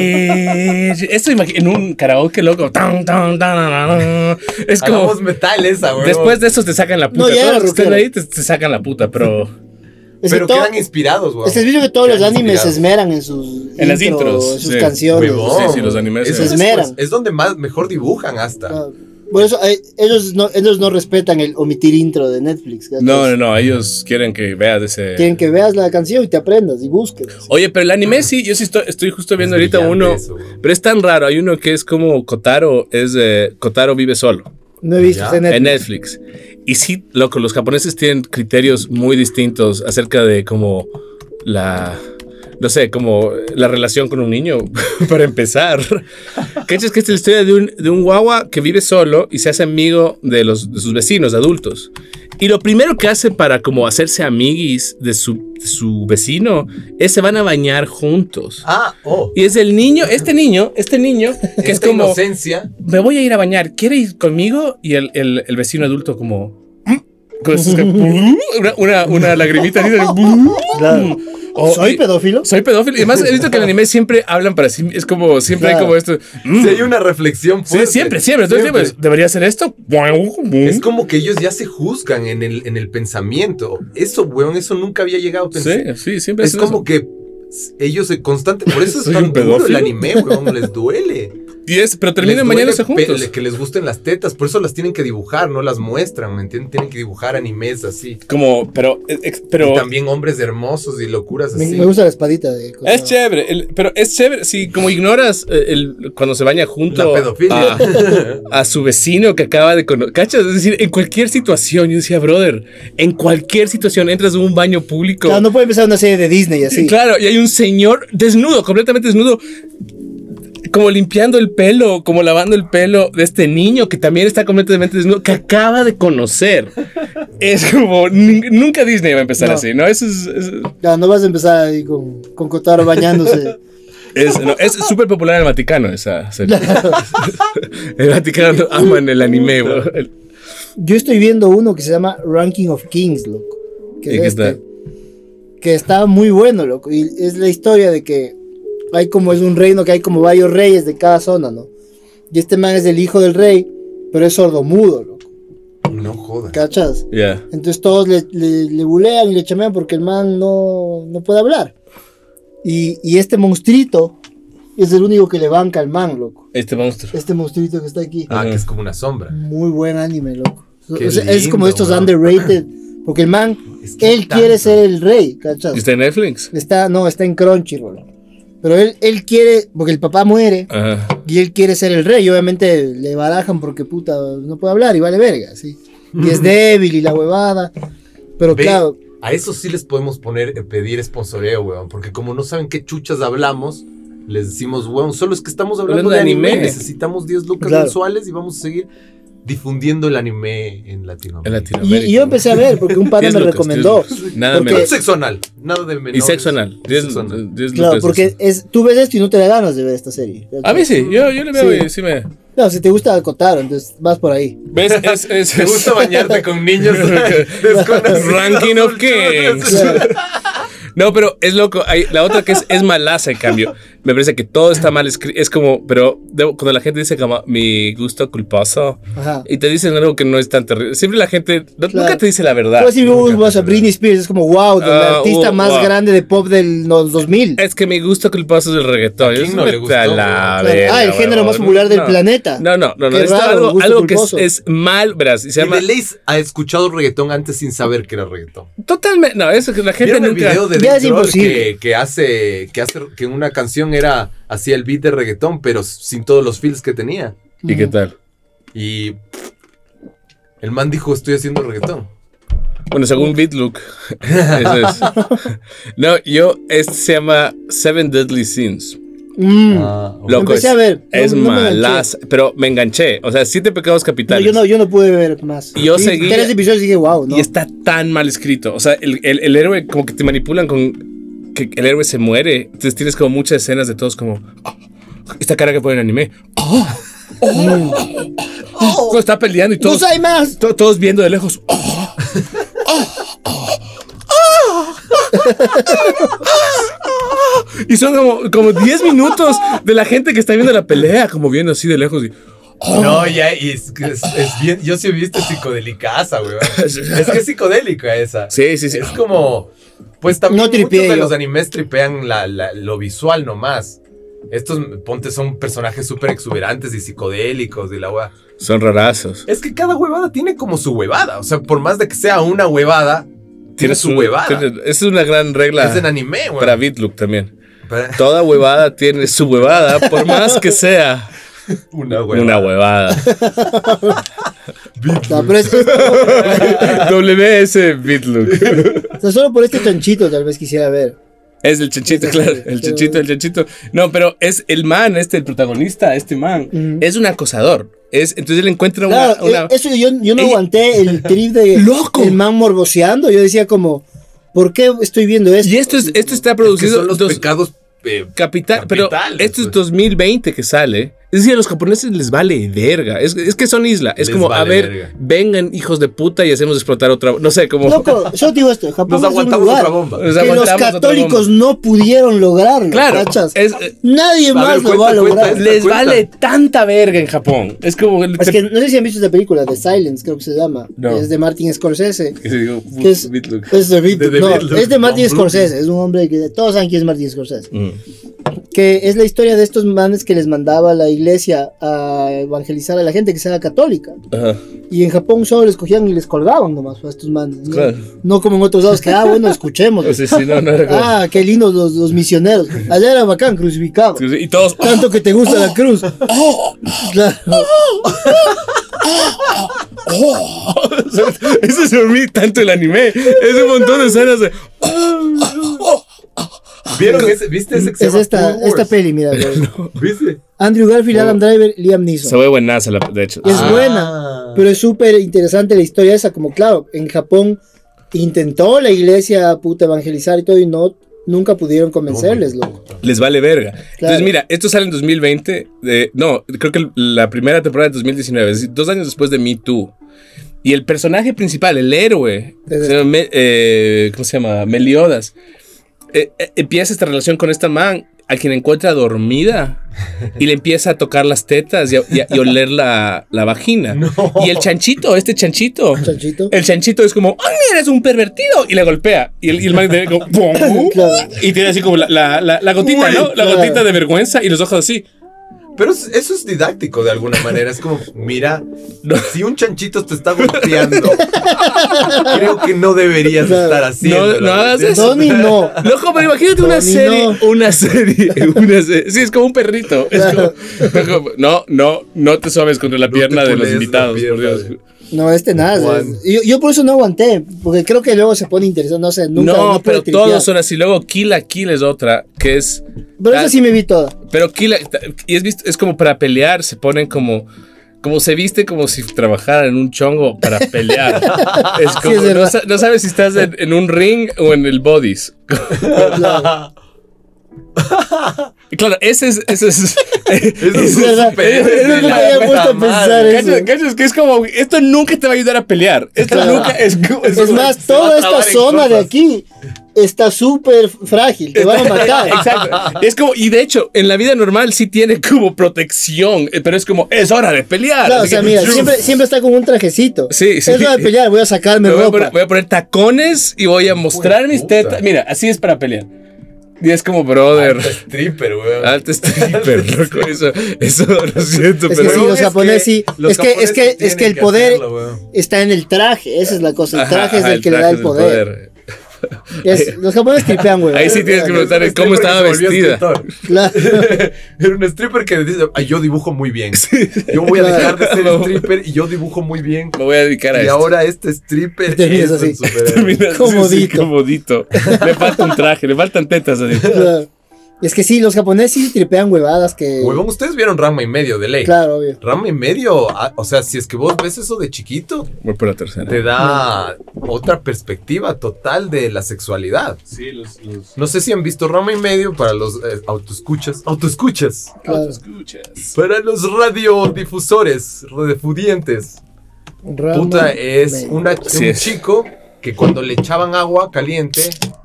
Esto en un karaoke loco. Tan, tan, tan, tan, es como. Hagamos metal esa, güey. Después de eso te sacan la puta. No, ya Todos era los que están rockero. ahí te, te sacan la puta, pero. Es Pero que todo- quedan inspirados, güey. Es que es visto que todos los Quedan animes se inspirados. esmeran en sus En las intros, en sus sí. canciones. Huevón. Sí, sí, los animes Eso se es, esmeran. pues, es donde más mejor dibujan hasta. Ah, por eso eh, ellos, no, ellos no respetan el omitir intro de Netflix. ¿cachai? No, no, no. Ellos quieren que veas ese. Quieren que veas la canción y te aprendas y busques. Oye, pero el anime sí, yo sí estoy, estoy justo viendo Es ahorita brillante uno. eso, güey. Pero es tan raro. Hay uno que es como Kotaro. Es de Kotaro vive solo. No he visto Ya. está en En Netflix. Netflix. Y sí, loco, los japoneses tienen criterios muy distintos acerca de como la. No sé, como la relación con un niño, para empezar. ¿Cachas que esta es la historia de un, de un guagua que vive solo y se hace amigo de, los, de sus vecinos adultos? Y lo primero que hace para como hacerse amiguis de su, de su vecino es se van a bañar juntos. Ah, oh. Y es el niño, este niño, este niño, que es Esta como, inocencia. me voy a ir a bañar, ¿quiere ir conmigo? Y el, el, el vecino adulto como... con esos que- una, una, una lagrimita. así de- Claro. O- ¿Soy y- pedófilo? Soy pedófilo. Y además he visto que en el anime siempre hablan para sí. Es como, siempre Claro. hay como esto. mm, Si hay una reflexión sí, fuerte. siempre, siempre. Todo el tiempo es, ¿debería hacer esto? Es como que ellos ya se juzgan en el, en el pensamiento. Eso, weón, eso nunca había llegado a pensar. Sí, sí, siempre Es hacen como eso. que ellos se constante, por eso es ¿Soy tan un duro el pedófilo? anime, weón, les duele. Y es, pero Les terminan duele bañándose pe- juntos. Que les gusten las tetas, por eso las tienen que dibujar, no las muestran, ¿me entienden? Tienen que dibujar animes así. Como, pero, ex- pero Y también hombres hermosos y locuras Me, así. me gusta la espadita de es chévere. el- pero es chévere. Si como ignoras eh, el, cuando se baña junto La pedofilia. a, a su vecino que acaba de conocer. ¿Cachas? Es decir, en cualquier situación, yo decía, brother, en cualquier situación entras a un baño público. Claro, no puede empezar una serie de Disney así. Claro, y hay un señor desnudo, completamente desnudo, como limpiando el pelo, como lavando el pelo de este niño que también está completamente desnudo, que acaba de conocer. Es como, nin- nunca Disney va a empezar No. así, ¿no? Eso es... es Claro, no vas a empezar ahí con, con Kotaro bañándose. Es no, es súper popular en el Vaticano esa serie. El Vaticano aman el anime, bro. El- Yo estoy viendo uno que se llama Ranking of Kings, loco. Que, ¿Y es qué este, tal? que está muy bueno, loco. Y es la historia de que hay como es un reino que hay como varios reyes de cada zona, ¿no? Y este man es el hijo del rey, pero es sordomudo, loco. No jodas. ¿Cachas? Ya. Entonces todos le, le, le bulean y le chamean porque el man no, no puede hablar. Y, y este monstruito es el único que le banca al man, loco. Este monstruo. Este monstruito que está aquí. Ah, que es como una sombra. Muy buen anime, loco. Qué O sea, es lindo, como estos weón. underrated. Porque el man, Es que él tanto. quiere ser el rey, ¿cachas? ¿Está en Netflix? Está, no, está en Crunchyroll. Pero él, él quiere, porque el papá muere, Ajá. y él quiere ser el rey. Y obviamente le barajan porque puta, no puede hablar y vale verga, ¿sí? Y es débil y la huevada. Pero Ve, claro, A eso sí les podemos poner, eh, pedir sponsoreo, weón. Porque como no saben qué chuchas hablamos, les decimos, weón, solo es que estamos hablando Hablando de de anime. anime. Necesitamos diez lucas Claro. mensuales y vamos a seguir difundiendo el anime en Latinoamérica. En y, Latinoamérica. y yo empecé a ver, porque un padre Diez me lucas, recomendó. diez lucas. Nada Porque- No menos. es sexo anal, nada de menores. Y sexo anal. Diez- Sexo anal. diez Claro, lucas. porque es, tú ves esto y no te da ganas de ver esta serie. A mí sí, yo, yo le veo Sí. y sí me... No, si te gusta Kotaro, entonces vas por ahí. ¿Ves? Es, es, ¿Te gusta bañarte con niños desconocidos? Ranking of Kings. No, pero es loco. Hay, la otra que es, es malaza, en cambio. Me parece que todo está mal escrito. Es como, pero debo- cuando la gente dice como mi gusto culposo Ajá. y te dicen algo que no es tan terrible. Siempre la gente no- Claro. nunca te dice la verdad. Pues si nunca vos vas te a Britney Spears, es como wow, la Ah, artista uh, más wow. grande de pop del los dos mil. Es que mi gusto culposo es el reggaetón. ¿A quién Yo no soy le vete gustó, a la Claro. verga, Ah, el género huevón. más popular del No. planeta. No, no, no. no. Qué Esto raro, algo gusto algo que es, culposo. es mal, verás. Y se Y llama. de ley ha escuchado reggaetón antes sin saber que era reggaetón. Totalmente. No, eso que la gente ¿Vieron el nunca. video de Ya Dave es Grohl imposible. que, que hace que hace que una canción era hacía el beat de reggaetón pero sin todos los feels que tenía? ¿Y qué tal? Y el man dijo, estoy haciendo reggaetón. Bueno, según BeatLook. Eso es. No, yo. Este se llama Seven Deadly Sins. Mm. Ah, ok. Loco, Empecé es, a ver, no- es no me enganché. malas. Pero me enganché. O sea, siete pecados No, capitales. yo, no, yo no pude ver más. Y yo Sí, seguí- tres episodios y dije, wow, ¿no? Y está tan mal escrito. O sea, el, el, el héroe, como que te manipulan con que el héroe se muere. Entonces tienes como muchas escenas de todos como. "Oh, esta cara que pone en anime. Oh, Oh, oh. No, está peleando y todos. ¡No hay más! To- todos viendo de lejos. Oh, oh, oh, oh. Y son como, como diez minutos de la gente que está viendo la pelea, como viendo así de lejos. Y, oh. No, ya, y es, es, es bien. Yo sí he visto psicodélica, güey. Es que es psicodélica esa. Sí, sí, sí. Es como. Pues también no muchos de yo. los animes tripean la, la, lo visual nomás. Estos, ponte, son personajes súper exuberantes y psicodélicos y la hueá. Son rarazos. Es que cada huevada tiene como su huevada. O sea, por más de que sea una huevada, tiene, tiene su huevada. Tiene, esa es una gran regla. Es en anime, güey. Para BitLoop también. Para... Toda huevada tiene su huevada, por más que sea una huevada. Una huevada. No, pero es... W S BitLoop. O sea, solo por este chanchito tal vez quisiera ver. Es el chanchito, es claro. El chanchito, el chanchito. No, pero es el man, este, el protagonista, este man, uh-huh. es un acosador. Es, entonces él encuentra una. Claro, una... Eso yo, yo no ella... aguanté el trip de ¡Loco! El man morboseando. Yo decía como, ¿por qué estoy viendo esto? Y esto es, esto está producido. Es que son los dos, pecados eh, capital, pero esto es dos mil veinte que sale. Es decir, a los japoneses les vale verga. Es, es que son isla. Es les como, vale a ver, verga. Vengan hijos de puta y hacemos explotar otra. No sé, como. Loco, yo te digo esto. Japón nos aguantamos es un lugar otra bomba. Nos que los católicos no pudieron lograrlo. Claro. Es, Nadie más ver, lo cuenta, va a lograr. Cuenta, les cuenta. Vale tanta verga en Japón. Es como. Es te... que no sé si han visto esta película, The Silence, creo que se llama. No. Es de Martin Scorsese. Que digo, que es, es de Beatlook. No, Beatlook. Es de Martin no, Scorsese. Es un hombre que todos saben quién es Martin Scorsese. Mm. Que es la historia de estos manes que les mandaba a la iglesia a evangelizar a la gente que sea católica. Ajá. Y en Japón solo les cogían y les colgaban nomás a estos manes. ¿no? Claro. No como en otros lados que, ah, bueno, escuchemos. Sí, sí, no, no era como... Ah, qué lindos los, los misioneros. Allá era bacán, crucificado. Y todos... Tanto que te gusta oh, la cruz. Oh, claro. Oh, oh, eso se dormí tanto el anime. Es un montón de escenas de... Oh, ¿Vieron ese? ¿Viste ese? Es esta, esta peli, mira. No. ¿Viste? Andrew Garfield, no. Adam Driver, Liam Neeson. Se ve buenaza, de hecho. Es ah. buena, pero es súper interesante la historia esa. Como claro, en Japón intentó la iglesia puta evangelizar y todo y no, nunca pudieron convencerles, loco. Les vale verga. Claro. Entonces mira, esto sale en dos mil veinte. De, no, creo que la primera temporada de dos mil diecinueve, es decir, dos años después de Me Too. Y el personaje principal, el héroe, se llama, eh, ¿cómo se llama? Meliodas. Eh, eh, empieza esta relación con esta man a quien encuentra dormida y le empieza a tocar las tetas y, a, y, a, y oler la, la vagina. No. Y el chanchito, este chanchito, ¿Chanchito? El chanchito es como, ¡ay, eres un pervertido! Y le golpea. Y el, y el man tiene como, claro. Y tiene así como la, la, la, la gotita, Uy, ¿no? La claro. gotita de vergüenza y los ojos así. Pero eso es didáctico de alguna manera. Es como, mira, no. si un chanchito te está golpeando, creo que no deberías claro. estar haciendo. No, no hagas eso. Donnie, no. Loco, pero imagínate una Donnie, serie, no. una serie, una serie. Sí, es como un perrito. Es como, como, no, no, no te sobes contra la no pierna de los invitados, por Dios. No, este nada. Yo, yo por eso no aguanté, porque creo que luego se pone interesante, no sé, nunca. No, no pero tripear. Todos son así. Luego Kill la Kill es otra, que es. Pero esa sí me vi toda. Pero Kill la, y es visto, es como para pelear, se ponen como. Como se viste como si trabajara en un chongo para pelear. Es como, sí, es no, no sabes si estás en, en un ring o en el bodies. Claro. Y claro, ese es. Ese es. Eso es súper. Eso no me había puesto a pensar eso. ¿Cachas? Que es como. Esto nunca te va a ayudar a pelear. Esto claro. nunca es. Es, es más, toda esta zona de aquí está súper frágil. Te van a matar. Exacto. Es como. Y de hecho, en la vida normal sí tiene como protección. Pero es como. Es hora de pelear. Claro, o sea, que, mira, siempre, siempre está con un trajecito. Sí, sí. Es hora de pelear. Voy a sacarme ropa. Voy a, poner, voy a poner tacones y voy a mostrar Uy, mis tetas. Mira, así es para pelear. Y es como, brother. Alto stripper, weón. Alto stripper, loco. Eso, eso lo siento, es pero. Que sí, los japoneses sí. Es que, es que, es que el poder hacerlo, está en el traje. Esa es la cosa. El traje ajá, es el, el que le da el poder. poder. Es, los japoneses tripean, güey. Ahí sí tienes que preguntar cómo estaba vestida. Claro. Era un stripper que dice, ay, yo dibujo muy bien. Yo voy a dejar de ser stripper y yo dibujo muy bien. Me voy a dedicar a y esto. Y ahora este stripper es así. Terminas comodito. Sí, sí, comodito. Le falta un traje, le faltan tetas. Así. Claro. Es que sí, los japoneses sí tripean huevadas que... Huevón, ustedes vieron Ranma y medio de ley. Claro, obvio. Ranma y medio, ah, o sea, si es que vos ves eso de chiquito, Voy por la tercera. te da otra perspectiva total de la sexualidad. Sí, los... los... No sé si han visto Ranma y medio para los eh, autoescuchas. Autoescuchas. Claro. escuchas. Para los radiodifusores, radiofudientes. Rama, Puta, es medio. una, Sí un es. chico que cuando le echaban agua caliente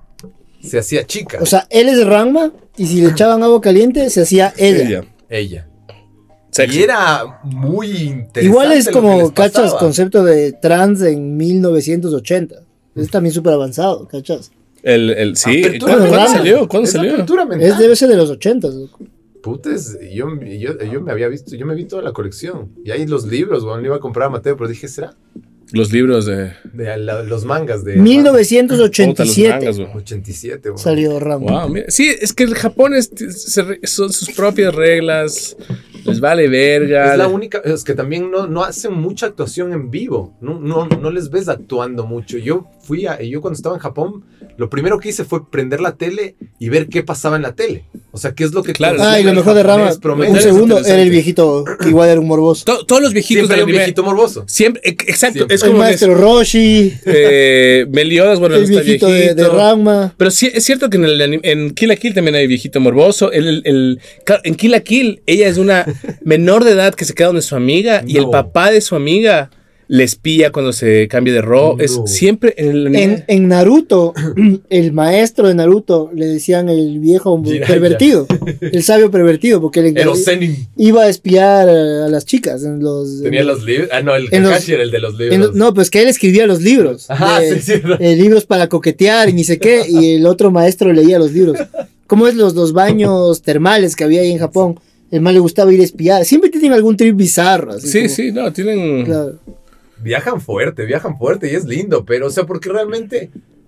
se hacía chica. O sea, él es de Ranma y si le echaban agua caliente se hacía ella. Ella. ella. Sexy. Y era muy interesante. Igual es lo que como, les cachas, pasaba. concepto de trans en mil novecientos ochenta. Es también súper avanzado, cachas. El, el, sí. Apertura ¿Cuándo, ¿cuándo mental. salió? ¿Cuándo Es salió? apertura mental. Es, debe ser de los ochentas. Putes, yo, yo, yo me había visto, yo me vi toda la colección. Y ahí los libros, bueno, le iba a comprar a Mateo, pero dije, ¿será? Los libros de... De la- los mangas de mil novecientos ochenta y Puta, los siete mangas, güey. ochenta y siete, bueno. salió Ranma. Wow, mira. Sí, es que el Japón es, se re- son sus propias reglas. Les vale verga. Es la única, es que también no, no hacen mucha actuación en vivo. No, no, no les ves actuando mucho. Yo fui a, yo cuando estaba en Japón, lo primero que hice fue prender la tele y ver qué pasaba en la tele. O sea, qué es lo que Claro. Ah, y lo el mejor de Rama, japonés promedio. un Es segundo, interesante. era el viejito, que igual era un morboso. To- todos los viejitos Siempre del hay un anime. viejito morboso. Siempre, e- exacto. Siempre. Es El como que maestro Roshi, es, eh, Meliodas, bueno, el no está viejito viejito. de, de Ranma. Pero sí, es cierto que en, el, anim- en Kill la Kill también hay viejito morboso. El, el- el- claro, en Kill la Kill, ella es una menor de edad que se queda donde su amiga y el No. papá de su amiga le espía cuando se cambia de rol. No. Es siempre en el anime. En, en Naruto, el maestro de Naruto le decían el viejo Jiraiya. pervertido, el sabio pervertido, porque le Ero Zenin. iba a espiar a, a las chicas en los... Tenía en los libros. Ah, no, el en los- Kakashi era el de los en libros. los- no, pues que él escribía los libros. Ajá, de- sí, sí. eh, libros para coquetear y ni sé qué, y el otro maestro leía los libros. ¿Cómo es los, los baños termales que había ahí en Japón? El mal le gustaba ir a espiar. Siempre tienen algún trip bizarro. así Sí, como- sí, no, tienen... Claro. Viajan fuerte, viajan fuerte y es lindo, pero, o sea, porque realmente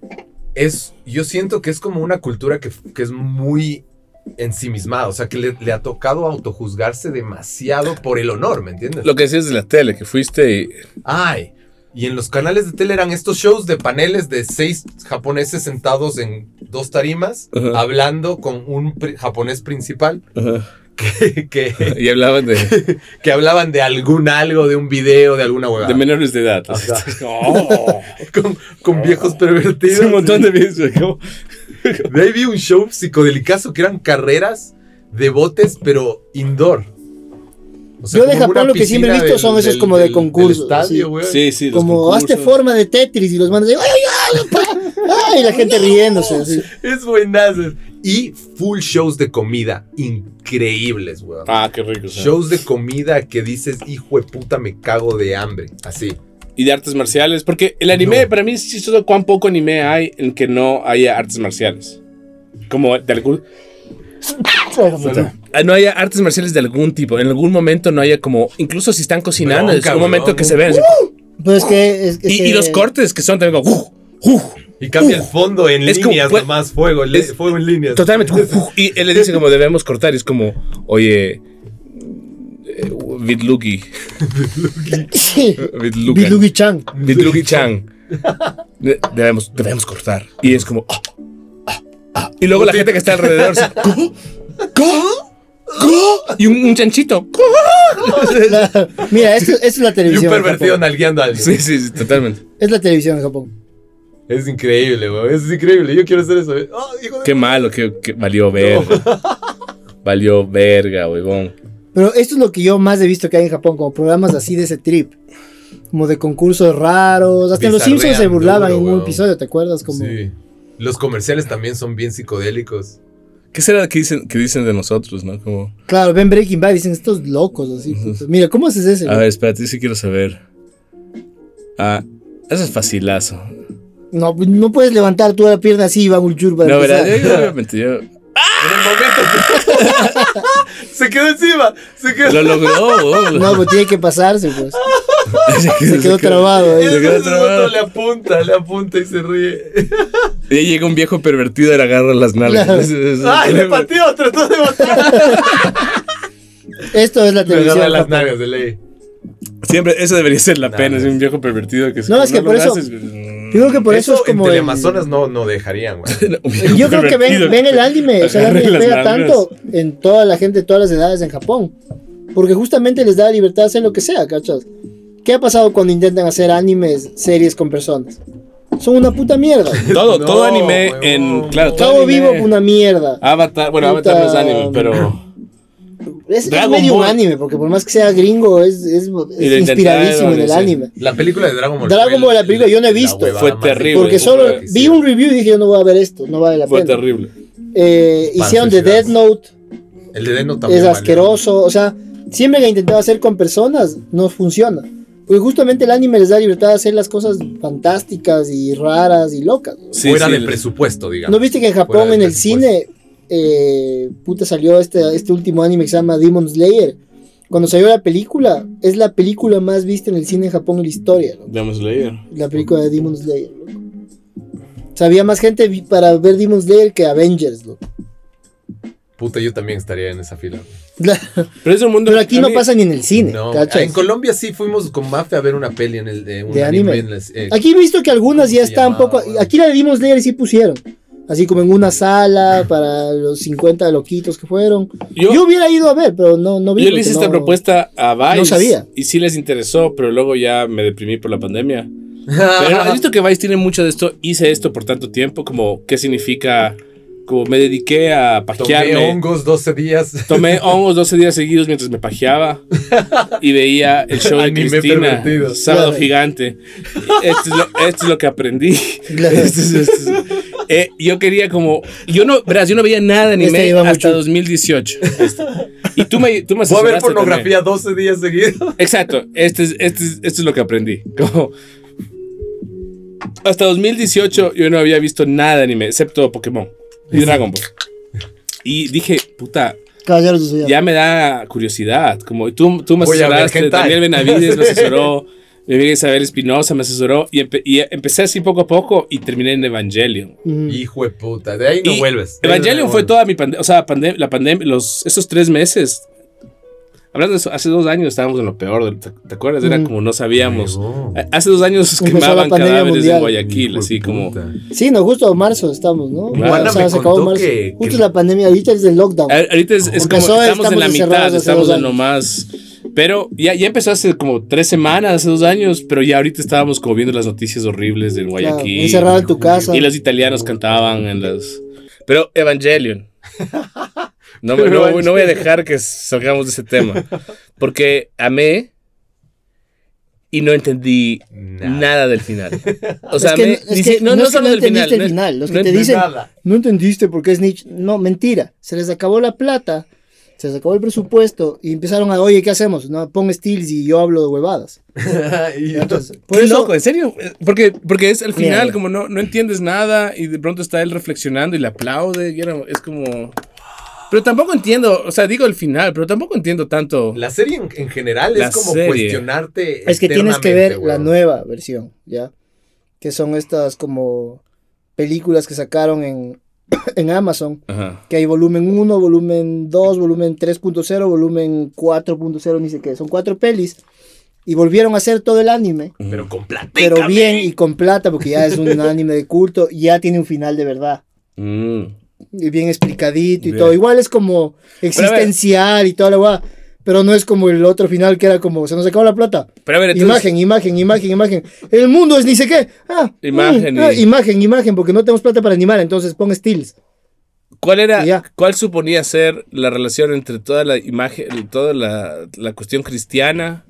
es, yo siento que es como una cultura que, que es muy ensimismada, o sea, que le, le ha tocado autojuzgarse demasiado por el honor, ¿me entiendes? Lo que decías de la tele, que fuiste y... Ay, y en los canales de tele eran estos shows de paneles de seis japoneses sentados en dos tarimas, Ajá. hablando con un pri- japonés principal Ajá. que, que, Y hablaban de, que hablaban de algún algo, de un video, de alguna huevada. de menores de edad. Ajá. Oh, con, con viejos pervertidos. sí, un montón de videos. como- De ahí vi un show psicodelicazo que eran carreras de botes, pero indoor. O Yo de como Japón una lo que siempre he piscina visto son esos como de concursos, del estadio, así. güey. Sí, sí, los Como concursos. hazte forma de Tetris y los mandas de, ¡ay, ay, ay, pa! Ay, y la gente riéndose. Así. Es buenazo. Y full shows de comida increíbles, güey. Ah, qué rico. o sea. Shows de comida que dices, hijo de puta, me cago de hambre. Así. Y de artes marciales. Porque el anime, No. para mí es chistoso cuán poco anime hay en que no haya artes marciales. Como de algún... Ah, no haya artes marciales de algún tipo. En algún momento no haya como... Incluso si están cocinando, Bronca, es un momento weón. que se ven. así, Pues es que. Es, es y, que- y los cortes que son también como... "Uh, uh", Y cambia el fondo en Es como- líneas pues- nomás, fuego, le- es- fuego en líneas. Totalmente. "Uh, uh", y él le dice como debemos cortar. Y es como, oye... eh, Vidlugi. Sí. Vidlugan. Bilugi-chan. Vidlugi-chan. De- Debemos, debemos cortar. Y es como... "Ah, ah, ah". Y luego la gente que está alrededor... se- "¿Cómo? ¿Cómo? ¿Cómo?". Y un, un chanchito. La- Mira, esto, esto es la Y un televisión. en pervertido Japón. nalgueando a alguien. Sí, sí, sí, totalmente. Es la televisión en Japón. Es increíble, güey. Es increíble. Yo quiero hacer eso. güey. Ah, hijo de- Qué malo, que, que valió verga. Valió verga, huevón. Pero esto es lo que yo más he visto que hay en Japón, como programas así de ese trip. Como de concursos raros. Hasta en los Bizarrean Simpsons se burlaban duro, en un weón. episodio, ¿te acuerdas? Como, Sí. Los comerciales también son bien psicodélicos. ¿Qué será que dicen, que dicen de nosotros, no? Como, Claro, ven Breaking Bad y dicen estos locos así. puta. Mira, ¿cómo haces ese? a güey? ver, espérate, yo sí quiero saber. Ah, eso es facilazo. No, no puedes levantar toda la pierna así, Iván Ulchur, para No, empezar. ¿verdad? Yo, obviamente, yo... En el momento. se quedó encima. Se quedó. Lo logró, huevón. No, pues tiene que pasarse, pues. se Se quedó trabado ahí. Y Se quedó entonces el trabado. otro le apunta, le apunta y se ríe. Y ahí llega un viejo pervertido y le agarra las nalgas. Claro. Es- es- ¡Ay, le pateó! Trató de matar. Esto es la Le televisión. agarra las Japón. nalgas de ley. Siempre, eso debería ser la Nah, pena, es no. un viejo pervertido que No, es que lo por eso- haces, Yo creo que por eso, eso es como. En el... Teleamazonas no, no dejarían, güey. Yo creo que ven, ven el anime, o sea, el anime pega tanto en toda la gente de todas las edades en Japón. Porque justamente les da la libertad de hacer lo que sea, ¿cachas? ¿Qué ha pasado cuando intentan hacer animes, series con personas? Son una puta mierda. Todo, No, todo anime huevón. en. Claro, todo Todo anime- vivo una mierda. Avatar, bueno, Puta- Avatar no es anime, pero. Es, es Dragon medio un Ball. anime, porque por más que sea gringo, es, es, Y lo es inspiradísimo en el intentaron, sí. anime. La película de Dragon Ball. Dragon fue Ball, la el- película, yo no he la visto. huevada Fue más terrible. Porque ridícula solo que vi hicieron. un review y dije, yo no voy a ver esto, no vale la Fue pena. terrible. Eh, hicieron de suicidarse. Death Note, El de Death Note también. es valió. asqueroso, o sea, siempre que he intentado hacer con personas, no funciona. Porque justamente el anime les da libertad de hacer las cosas fantásticas y raras y locas. Sí, Fuera sí, de el- presupuesto, digamos. ¿No viste que en Fuera Japón del en el presupuesto. cine, eh, puta, salió este, este último anime que se llama Demon Slayer? Cuando salió la película, es la película más vista en el cine en Japón en la historia, loco. Demon Slayer. La película de Demon Slayer, loco. O sea, había más gente vi- para ver Demon Slayer que Avengers, loco. Puta, yo también estaría en esa fila. güey. Pero es un mundo. Pero aquí a no mí- pasa ni en el cine, No, ¿cachas? en Colombia sí fuimos con Mafe a ver una peli en el de un De anime. en las- eh, Aquí he visto que algunas ya ¿Cómo se están llamaba, poco... weón? Aquí la de Demon Slayer sí pusieron. Así como en una sala para los cincuenta loquitos que fueron. Yo- Yo, hubiera ido a ver, pero no, no vi. Yo le porque hice esta no- propuesta a Vice. no sabía. Y sí les interesó, pero luego ya me deprimí por la pandemia. Pero has visto que Vice tiene mucho de esto. Hice esto por tanto tiempo. Como, ¿qué significa? Como me dediqué a pajearme. Tomé hongos doce días. Tomé hongos doce días seguidos mientras me pajeaba y veía el show de Anime Cristina, pervertido. Sábado Claro. Gigante. Esto es, lo, esto es lo que aprendí. Claro. Esto es- esto es- eh, yo quería como... Yo no, verás, yo no veía nada de Este anime lleva hasta mucho. dos mil dieciocho. Este. Y tú me, tú me Voy a ver asesoraste pornografía doce días seguidos. también. Exacto, este es, este es- esto es lo que aprendí. Como, hasta dos mil dieciocho yo no había visto nada de anime, excepto Pokémon y Dragon Ball. Y dije, puta, Caballeros de Zodiaco. ya me da curiosidad. Como tú, tú me Voy a ver asesoraste, hentai. Daniel Benavides me asesoró, mi amiga Isabel Espinosa me asesoró. Y, empe- y empecé así poco a poco y terminé en Evangelion. Mm. Hijo de puta. De ahí no Y vuelves. De ahí Evangelion no fue vuelves. toda mi pandemia. O sea, pandem- la pandemia, los, esos tres meses. Hablando de eso, hace dos años estábamos en lo peor. del- ¿Te, te acuerdas? Era Mm. como no sabíamos. Huevón. Eh, Hace dos años Empezó la quemaban pandemia cadáveres mundial. en Guayaquil, Hijo de así como. puta. Sí, no, justo marzo estamos, ¿no? Claro. Juana me se acabó contó marzo. que- Justo que- es la pandemia, ahorita es el lockdown. A- Ahorita es, es como Empezó, estamos en la estamos mitad, encerrados hace estamos dos en lo años. más. Pero ya, ya empezó hace como tres semanas, hace dos años, pero ya ahorita estábamos como viendo las noticias horribles de Claro, Guayaquil. encerrado en tu casa. Y los italianos cantaban en las. Pero Evangelion. No, me- no, no voy a dejar que salgamos de ese tema. Porque amé y no entendí Nada. nada, del final. O sea, es que, amé- es ni que si- no, no, no es que solo no del final. entendiste el no- final. Los no que te entendí dicen, nada. no entendiste por qué es Nietzsche. No, mentira. Se les acabó la plata, se les acabó el presupuesto y empezaron a, oye, ¿qué hacemos? No, pon Steels y yo hablo de huevadas. Y yo- Entonces, por Qué eso, loco, en serio. Porque, porque es al final, Mira. como no, no entiendes nada y de pronto está él reflexionando y le aplaude. Y era- es como. Pero tampoco entiendo, o sea, digo el final, pero tampoco entiendo tanto. La serie en, en general La es como serie. cuestionarte. es que tienes que ver eternamente, la weón. nueva versión, ¿ya? Que son estas como películas que sacaron en, en Amazon. Ajá. Que hay volumen uno, volumen dos, volumen tres punto cero, volumen cuatro punto cero, ni sé qué. Son cuatro pelis. Y volvieron a hacer todo el anime. Pero con plata. Pero bien y con plata, porque ya es un anime de culto. Y ya tiene un final de verdad. Mm. Y bien explicadito y Bien. todo. Igual es como existencial y toda la guada. Pero no es como el otro final que era como, se nos acabó la plata. Pero a ver, entonces. Imagen, imagen, imagen, imagen. El mundo es ni sé qué. Ah, Imagen mm, ah, y- imagen, imagen, porque no tenemos plata para animar. Entonces pon stills. ¿Cuál era, Y ya. cuál suponía ser la relación entre toda la imagen, toda la, la cuestión cristiana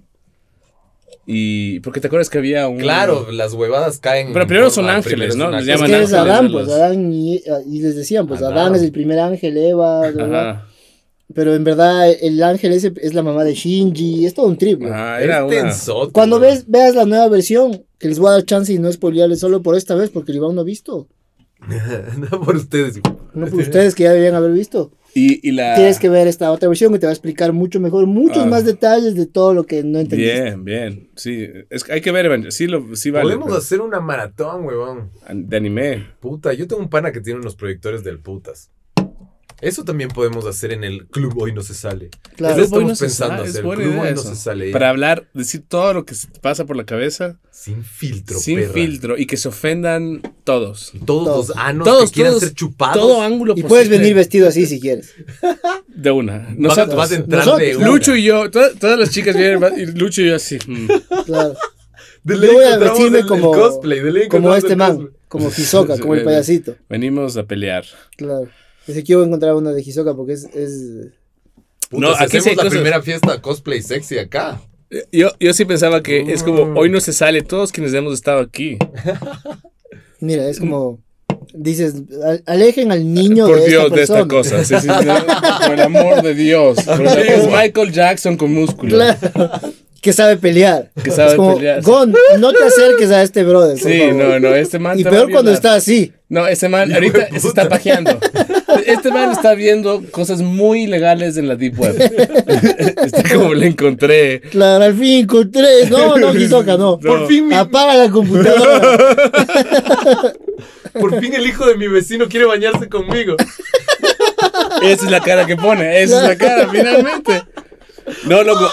y. Porque te acuerdas que había un. Claro, las huevadas caen. Pero en primero forma- son ángeles, primero ¿no? son Les Es llaman que es ángeles Adán, de pues los- Adán y, y les decían, pues Adán. Adán es el primer ángel, Eva, bla, bla, bla. Ajá. Pero en verdad el ángel ese es la mamá de Shinji, es todo un trip, güey. Ajá, Es era una. tensote, Cuando weón. ves, veas la nueva versión, que les voy a dar chance y no spoilearles solo por esta vez, porque el Iván no ha visto. No por ustedes. No por ustedes que ya deberían haber visto. Y, y la. Tienes que ver esta otra versión que te va a explicar mucho mejor, muchos Ah. más detalles de todo lo que no entendiste. Bien, bien. Sí, es que hay que ver Evangelion. Sí, lo, sí vale. Podemos pero- hacer una maratón, huevón. De anime. Puta, yo tengo un pana que tiene unos proyectores del putas. Eso también podemos hacer en el Club Hoy No Se Sale. Claro. Eso estamos no se pensando sale, hacer. es buena Club idea Hoy No eso. Se Sale. Para hablar, decir todo lo que se te pasa por la cabeza. Sin filtro, Sin perra. filtro. Y que se ofendan todos. Todos, Todos. los anos Todos, que quieran todos, ser chupados. Todo ángulo Y posible. puedes venir vestido así si quieres. De una. Vas, Nosotros, vas a entrar nosotros, de una. Lucho y yo, todas, todas las chicas vienen y Lucho y yo así. mm. Claro. De Yo ley voy a encontramos vestirme el- el como, cosplay, de ley como encontramos este el man, cosplay. como Hisoka, como el payasito. Venimos a pelear. Claro. Dice que yo voy a encontrar una de Hisoka porque es... es... Puta, No, si aquí sí hacemos hay la cosas. primera fiesta cosplay sexy acá. Yo, yo sí pensaba que es como, Mm. hoy no se sale, todos quienes hemos estado aquí. Mira, es como... Dices, al- alejen al niño Por de Dios, esta de esta persona. cosa. Sí, sí, sí. Por el amor de Dios. Por el- es Michael Jackson con músculo. Claro. Que sabe pelear. Que sabe Es como, pelear. Gon, no te acerques a este brother. por Sí, favor". no, no, este man Y te va a peor cuando violar. está así. No, ese man Hijo de ahorita puta. se está pajeando. Este man está viendo cosas muy ilegales en la Deep Web. Está como le encontré. Claro, al fin encontré. No, no, Hisoka, no. No. Por fin mi- Apaga la computadora. Por fin el hijo de mi vecino quiere bañarse conmigo. Esa es la cara que pone, esa es la cara, finalmente. No, loco.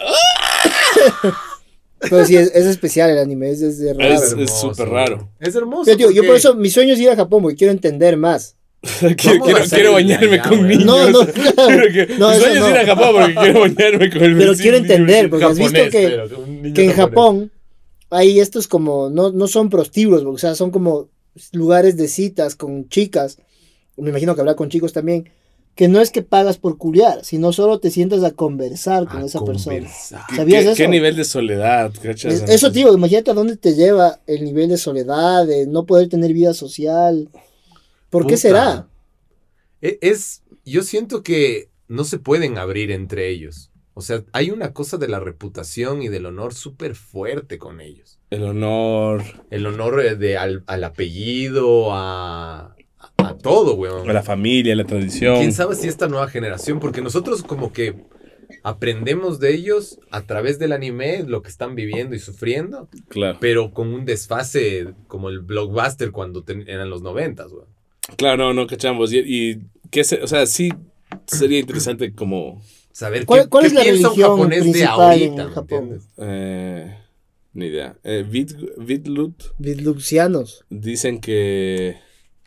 Pero sí, es, es especial el anime, es, es de raro. Es- Hermoso, súper güey. raro. Es hermoso. Pero, tío, yo porque- por eso, mi sueño es ir a Japón porque quiero entender más. Quiero, Vamos a quiero, hacer quiero el bañarme allá, con güey. niños. No, no, claro. Quiero que- No, mi eso sueño es ir no. a Japón porque quiero bañarme con el Pero vecino quiero entender, porque has visto Japonés, que, pero un niño que en japonés. Japón hay estos como, no, no son prostíbulos, o sea, son como lugares de citas con chicas, me imagino que habrá con chicos también, que no es que pagas por culiar, sino solo te sientas a conversar con A esa persona. conversar. ¿Sabías ¿Qué, eso? qué nivel de soledad, cachas? Es- Eso, tío, imagínate a dónde te lleva el nivel de soledad, de no poder tener vida social. ¿Por qué Puta. será? E- Es, yo siento que no se pueden abrir entre ellos. O sea, hay una cosa de la reputación y del honor súper fuerte con ellos. El honor, El honor eh, de, al, al apellido, a, a, a todo, weón. a la familia, a la tradición. ¿Quién sabe si esta nueva generación? Porque nosotros como que aprendemos de ellos a través del anime, lo que están viviendo y sufriendo, Claro. pero con un desfase como el blockbuster cuando ten- eran los noventas, weón. Claro, no, no cachamos. Y, y qué se- o sea, sí sería interesante como Saber ¿Cuál- qué, cuál qué es la piensa un religión japonés de principal ahorita, en ¿me Japón? entiendes? eh, ni idea. Eh, Vid- Vidlut Vidluxianos. dicen que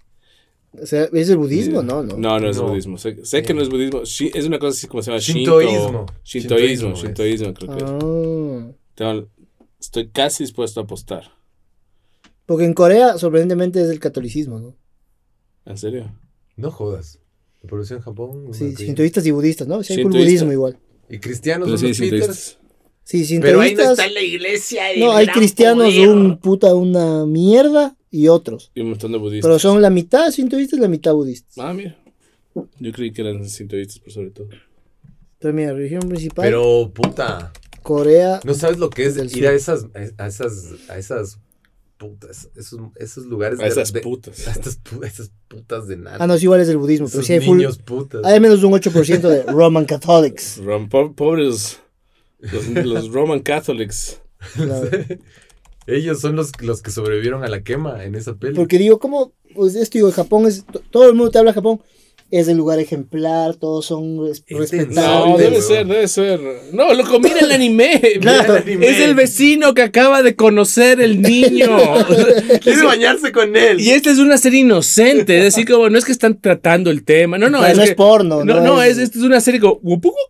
O sea, ¿es el budismo? No, no. No, no es No. budismo. Sé, sé que no es budismo. Shi- es una cosa así como se llama Shintoísmo. Shinto- Shintoísmo. Shintoísmo es. Shintoísmo, creo que es. Ah. Tengo- estoy casi dispuesto a apostar. Porque en Corea, sorprendentemente, es el catolicismo, ¿no? ¿En serio? No jodas. La población en Japón. una Sí, que- sintoístas y budistas, ¿no? Sí, hay full Sintoísta. budismo igual. Y cristianos Pero son sí, los Peters. sintoístas. Sí, Pero ahí no sintoístas. está en la iglesia. del No, hay gran cristianos poder. un puta, una mierda y otros. Y un montón de budistas. Pero son la mitad sintoístas y la mitad budistas. Ah, mira. Yo creí que eran sintoístas por sobre todo. Entonces, mi religión principal, Pero, puta, Corea. no sabes lo que es Del ir sur. a esas, a esas, a esas putas, esos, esos lugares A esas de, putas. a estas, pu- esas putas de nada. Ah, no, es igual es el budismo, pero Esos sí hay full. niños putas. Hay al menos un ocho por ciento de Roman Catholics. Rom- po- pobres los, los Roman Catholics. Claro. Ellos son los, los que sobrevivieron a la quema en esa peli. Porque digo, ¿cómo? Pues esto digo, Japón es. t- Todo el mundo te habla de Japón. Es el lugar ejemplar, todos son res- Es respetables. No, Dale, debe bro. ser, debe ser. No, loco, mira el anime. Claro. Mira el anime. Es el vecino que acaba de conocer el niño. Quiere bañarse con él. Y esta es una serie inocente, es decir, como no es que están tratando el tema, no, no, Claro, es, no que- es porno. no, no, es, esta es una serie como,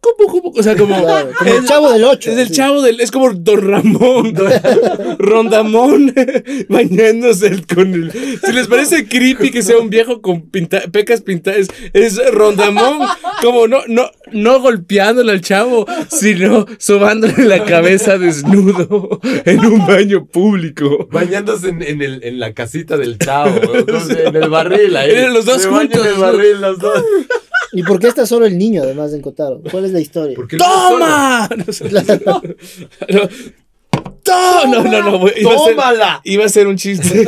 o sea, como, Claro, como el es, chavo del ocho. es el sí. chavo del, es como Don Ramón, Rondamón, bañándose el- con el, si les parece creepy que sea un viejo con pinta- pecas pintadas, es Rondamón, como no, no, no golpeándole al chavo, sino sobándole la cabeza desnudo en un baño público. Bañándose en, en, el, en la casita del chavo, weón, ¿cómo se- en el barril ahí. En los dos Se bañan juntos. en el barril los dos. ¿Y por qué está solo el niño, además de Kotaro? ¿Cuál es la historia? Porque él no es solo. ¡Toma! No, sé. No, to- no, no, no, güey, iba a ser- ¡Tómala! Iba a ser un chiste.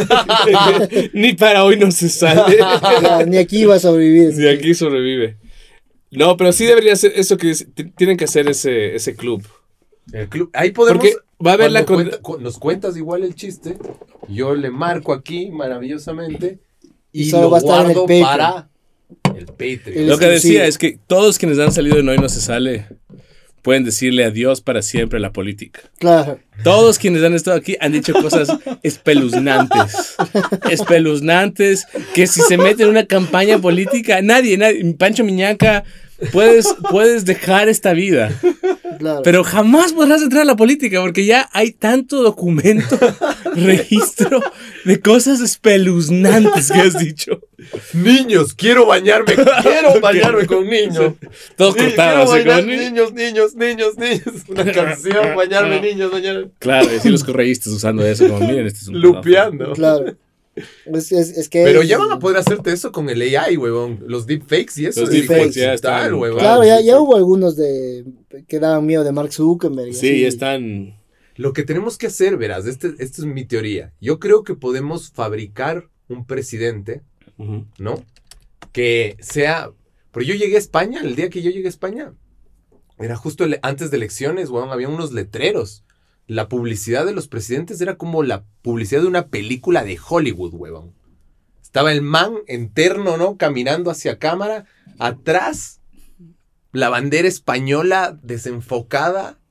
Ni para hoy no se sale. Ya, ni aquí va a sobrevivir. Ni aquí sobrevive. No, pero sí debería ser eso que es- t- tienen que hacer ese, ese club. El club, ahí podemos. Porque va a haber la cuando con- cuenta- cu- nos cuentas igual el chiste. Yo le marco aquí maravillosamente. Y Solo lo va a estar en el guardo Patreon. para El Patreon. Lo que decía es que todos quienes han salido en Hoy No Se Sale pueden decirle adiós para siempre a la política. Claro. Todos quienes han estado aquí han dicho cosas espeluznantes. Espeluznantes. Que si se mete en una campaña política, nadie, nadie. Pancho Miñaca, puedes, puedes dejar esta vida. Claro. Pero jamás podrás entrar a la política porque ya hay tanto documento, registro de cosas espeluznantes que has dicho. Niños, quiero bañarme, quiero bañarme con niños. Todo sí, cortado. Así como niños, niños, niños, niños. Una canción, bañarme, niños, bañarme. Claro, y así los correístas usando eso, como miren, este es un lupeando. Claro. Es, es, es que Pero es, ya van a poder hacerte eso con el A I, huevón. Los deepfakes y eso. Los deepfakes ya están. Huevón. Claro, ya, ya hubo algunos de que daban miedo de Mark Zuckerberg. Sí, así. Están. Lo que tenemos que hacer, verás, este, esta es mi teoría. Yo creo que podemos fabricar un presidente, uh-huh. ¿no? Que sea. Pero yo llegué a España, el día que yo llegué a España, era justo el, antes de elecciones, huevón, había unos letreros. La publicidad de los presidentes era como la publicidad de una película de Hollywood, huevón. Estaba el man en terno, ¿no? Caminando hacia cámara. Atrás, la bandera española desenfocada,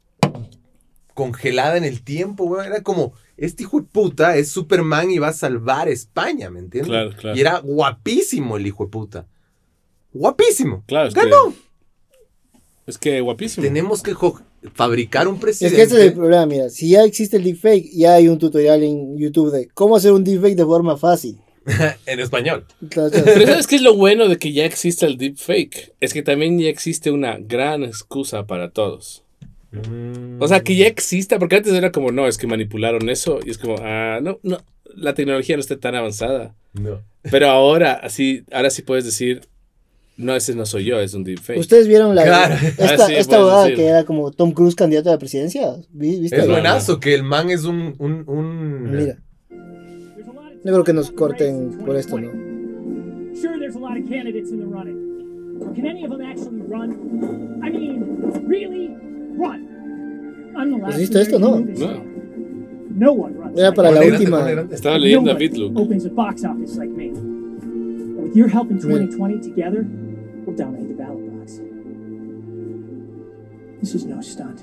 congelada en el tiempo, huevón. Era como, este hijo de puta es Superman y va a salvar España, ¿me entiendes? Claro, claro. Y era guapísimo el hijo de puta. Guapísimo. Claro, es ¡ganó! Que, es que guapísimo. Tenemos que jo- fabricar un presidente. Es que ese es el problema, mira. Si ya existe el deepfake, ya hay un tutorial en YouTube de cómo hacer un deepfake de forma fácil. En español. Claro, claro. Pero ¿sabes qué es lo bueno de que ya exista el deepfake? Es que también ya existe una gran excusa para todos. Mm. O sea, que ya exista, porque antes era como, no, es que manipularon eso, y es como, ah, no, no, la tecnología no está tan avanzada. No. Pero ahora, así, ahora sí puedes decir, no, ese no soy yo, es un deepfake. ¿Ustedes vieron la claro. esta, sí, esta abogada que era como Tom Cruise candidato a la presidencia? ¿Viste? Es buenazo que el man es un... un, un... Mira. No creo que nos corten por esto, ¿no? Sure, there's a lot of candidates in the running. But can any of them actually run? I mean, really run? I'm the last ¿Has visto esto? No. No. No one runs. Era para la Grande, última. grande. Estaba leyendo a Bitlook. Opens a box office like me. With your help in twenty twenty together, we'll dominate the ballot box. This is no stunt.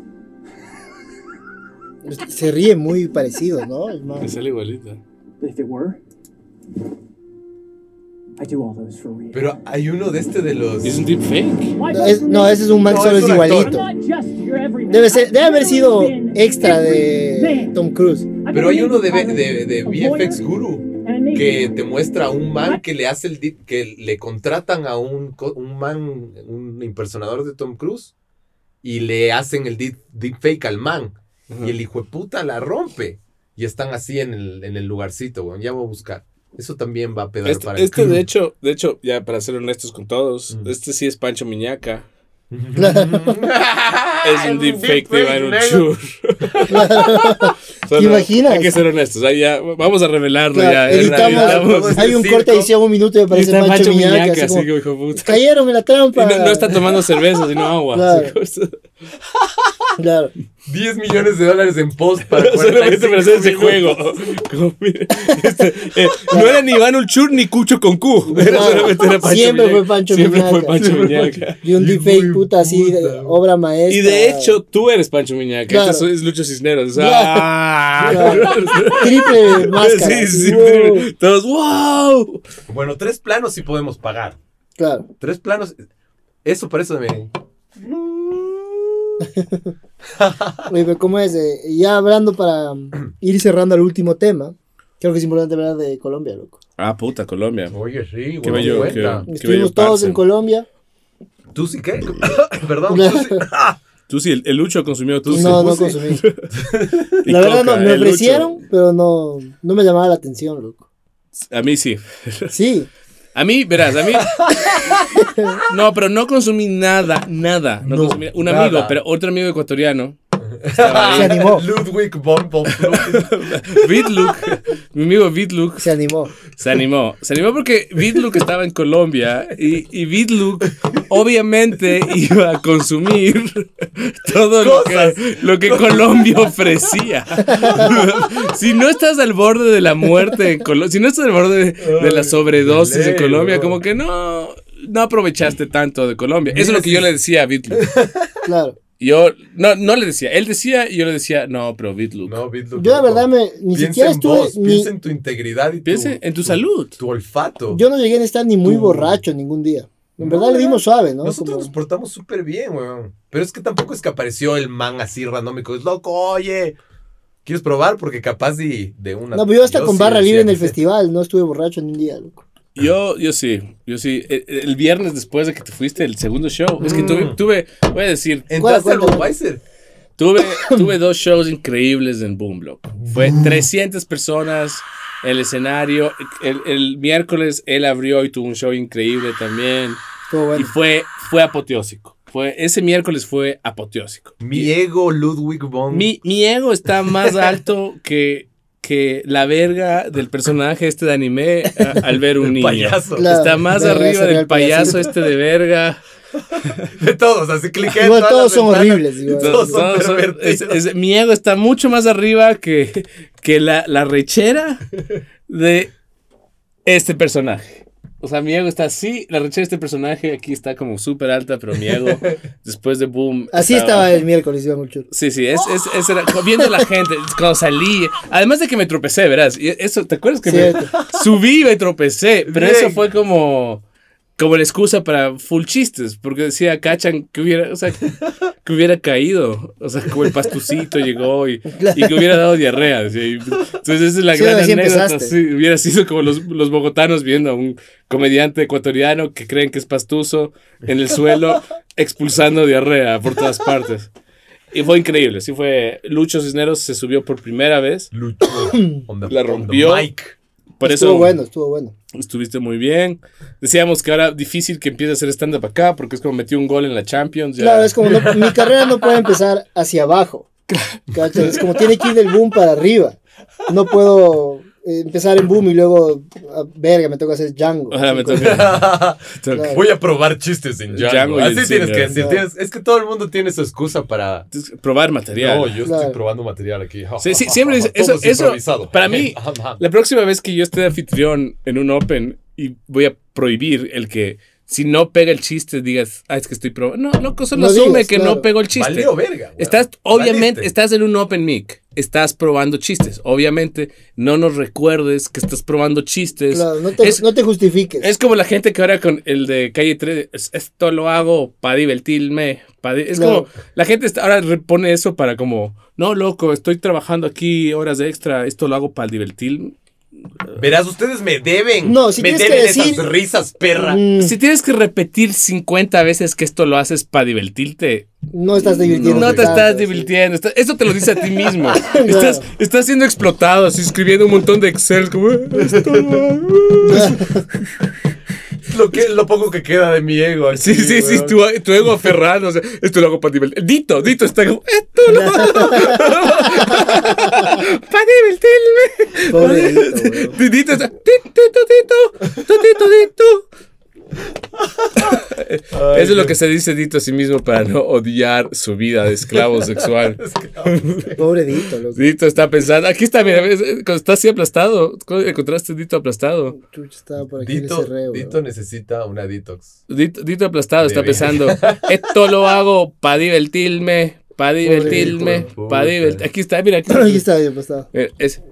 Se ríe muy parecido, ¿no? El man. Me sale igualita. But if it were, I do all those for real. Pero hay uno de este de los... ¿Es un deepfake? No, es, no, ese es un man que No, solo es es un igualito. Debe Debe, ser, debe haber sido extra de Tom Cruise. Pero hay uno de, de, de V F X Guru que te muestra a un man que le hace el deep, que le contratan a un, un man, un impersonador de Tom Cruise y le hacen el deep, deepfake al man. Uh-huh. Y el hijo de puta la rompe. Y están así en el, en el lugarcito, bueno, ya voy a buscar. Eso también va a pedar este, para el Este, club. de hecho, de hecho, ya para ser honestos con todos, mm. este sí es Pancho Miñaca. Es un deepfake de Iván Uchur. ¿Te imaginas? Hay que ser honestos. Ahí ya, vamos a revelarlo. Claro, ya, editamos, editamos. hay un corte de edición, un minuto y aparece Pancho, Pancho Miñaca. Miñaca así como, hijo puta. Cayeron en la trampa. No, no está tomando cerveza, sino agua. Claro. Claro. diez millones de dólares en post para solamente para hacer ese juego. Como, mira, este, eh, no era ni Iván Uchur ni Cucho con Q. Era no, solamente era Pancho siempre Miñaca. fue Pancho siempre Miñaca. Fue Pancho Miñaca. Y un deepfake puta así, de obra maestra. Y de hecho, tú eres Pancho Miñaca. Claro. Este es Lucho Cisneros. Claro. Ah. Claro. Triple máscara. Sí, sí, wow. sí. Todos, wow. Bueno, tres planos sí podemos pagar. Claro. Tres planos. Eso para eso me... Oye, pero ¿cómo es? Eh, ya hablando para um, ir cerrando al último tema, creo que es importante hablar de Colombia, loco. Ah, puta, Colombia. Oye, sí, qué bueno, bello, qué, Estuvimos qué bello todos parce. en Colombia. ¿Tú sí qué? Perdón, ¿tú sí? Tú sí, el, el Lucho consumió tú. No, sí. no consumí. La verdad no, me ofrecieron, Lucho. Pero no, no me llamaba la atención, loco. A mí sí. Sí. A mí, verás, a mí... No, pero no consumí nada, nada. No No, consumí, un nada. amigo, pero otro amigo ecuatoriano, Estaba Se ahí. animó. Ludwig von Vidluk, mi amigo Vidluk, Se animó. se animó. Se animó porque Vidluk estaba en Colombia y, y Vidluk obviamente iba a consumir todo lo que, lo que Colombia ofrecía. Si no estás al borde de la muerte en Colombia, si no estás al borde de, de la sobredosis en Colombia, como que no, no aprovechaste tanto de Colombia. Eso es lo que yo le decía a Vidluk. Claro. Yo no, no le decía, él decía y yo le decía, no, pero Vidluk. No, Vidluk. Yo la verdad me, ni Piensa siquiera en estuve, vos, ni, piensa en tu integridad y tu, Piense en tu salud. Tu olfato. yo no llegué a estar ni muy Tú- borracho ningún día. En No, verdad le dimos suave, ¿no? Nosotros Como- nos portamos súper bien, weón. Pero es que tampoco es que apareció el man así randómico. Es loco, oye. ¿Quieres probar? Porque capaz de, de una. No, pero yo hasta con sí barra decía libre en que el sí. festival, no estuve borracho ni un día, loco. Yo, yo sí, yo sí. El, el viernes después de que te fuiste, el segundo show, es que Mm. tuve, tuve, voy a decir, ¿Entraste ¿Cuál, al cuál, Budweiser? tuve, tuve dos shows increíbles en Boom Block. Fue trescientas personas en el escenario. El, el miércoles él abrió y tuvo un show increíble también. Estuvo Y bueno. fue, fue apoteósico. Fue, ese miércoles fue apoteósico. Mi ego Ludwig von. Mi, mi ego está más alto que, que la verga del personaje este de anime a- al ver un El niño. payaso. Claro. Está más Verga, arriba ese del real payaso payasito. este de verga. De todos, así cliqué. en Igual todas todos las son ventanas. horribles, igual. Todos son Todos son- pervertidos. es- es- mi ego está mucho más arriba que, que la, la rechera de este personaje. O sea, mi ego está así, la rechera de este personaje aquí está como súper alta, pero mi ego después de Boom... Así estaba el miércoles, Iván Ulchur. Sí, sí, es, es, es era- viendo a la gente, cuando salí, además de que me tropecé, verás, y eso, ¿te acuerdas que me Cierto. subí y me tropecé? Pero Bien. eso fue como, como la excusa para full chistes, porque decía, cachan, que hubiera, o sea, que hubiera caído, o sea, como el pastucito llegó y, y que hubiera dado diarrea. Decía, y- entonces esa es la Sí, gran así anécdota, empezaste. sí, hubiera sido como los, los bogotanos viendo a un comediante ecuatoriano que creen que es pastuso en el suelo, expulsando diarrea por todas partes. Y fue increíble, sí fue. Lucho Cisneros se subió por primera vez. Lucho. on the- La on the rompió. mic. Por Estuvo eso bueno, estuvo bueno. estuviste muy bien. Decíamos que ahora difícil que empiece a hacer stand-up acá, porque es como metió un gol en la Champions. Ya. Claro, es como, no- mi carrera no puede empezar hacia abajo. ¿Cachai? Es como tiene que ir del boom para arriba. No puedo eh, empezar en boom y luego, ah, verga, me toca hacer Django. Ahora me Así como- toca. Claro. Voy a probar chistes en Django. Django y Así en tienes Singer. que decir. No. tienes- es que todo el mundo tiene su excusa para. Probar material. No, yo estoy Claro. probando material aquí. Sí, sí, siempre dice- Todo eso- es eso, improvisado. para mí, La próxima vez que yo esté de anfitrión en un Open y voy a prohibir el que si no pega el chiste digas, ah, es que estoy probando. No, loco, solo No asume digas, que claro. no pegó el chiste. Valió verga. weón. Estás, obviamente, Valiste. estás en un Open Mic. Estás probando chistes. Obviamente, no nos recuerdes que estás probando chistes. Claro, no te, es, no te justifiques. es como la gente que ahora con el de Calle tres, es- esto lo hago para divertirme. pa di-". Es Claro. como, la gente está- ahora repone eso para como, no, loco, estoy trabajando aquí horas de extra, esto lo hago para divertirme. Verás, ustedes me deben. No, si me tienes deben que decir- esas risas, perra. Mm, Si tienes que repetir cincuenta veces que esto lo haces para divertirte, no estás divirtiendo. no te tanto, estás sí. divirtiendo. Está- eso te lo dice a ti mismo. estás, estás siendo explotado, así escribiendo un montón de Excel. Como, "Eh, esto lo hago". Lo, que, lo poco que queda de mi ego. Aquí, Sí, sí, sí, weón. tu, tu ego aferrado. O sea, esto lo hago para divertirme. Dito, Dito está como, esto lo hago para divertirme. Pobre Dito, weón. Dito está, Dito, Dito, Dito, Dito, Dito. Ay, Eso es lo Dios. que se dice Dito a sí mismo para no odiar su vida de esclavo sexual. Pobre Dito, loco. Dito está pensando, aquí está, mira, ves, cuando está así aplastado, ¿cómo encontraste Dito aplastado? Chucha, estaba por aquí Dito, el cerreo. Dito necesita una detox. Dito, Dito aplastado está Debe. pensando, esto lo hago para divertirme, para divertirme, Dito, para puta. divertirme. Aquí está, mira, aquí Ahí está, ahí está. Eh, es-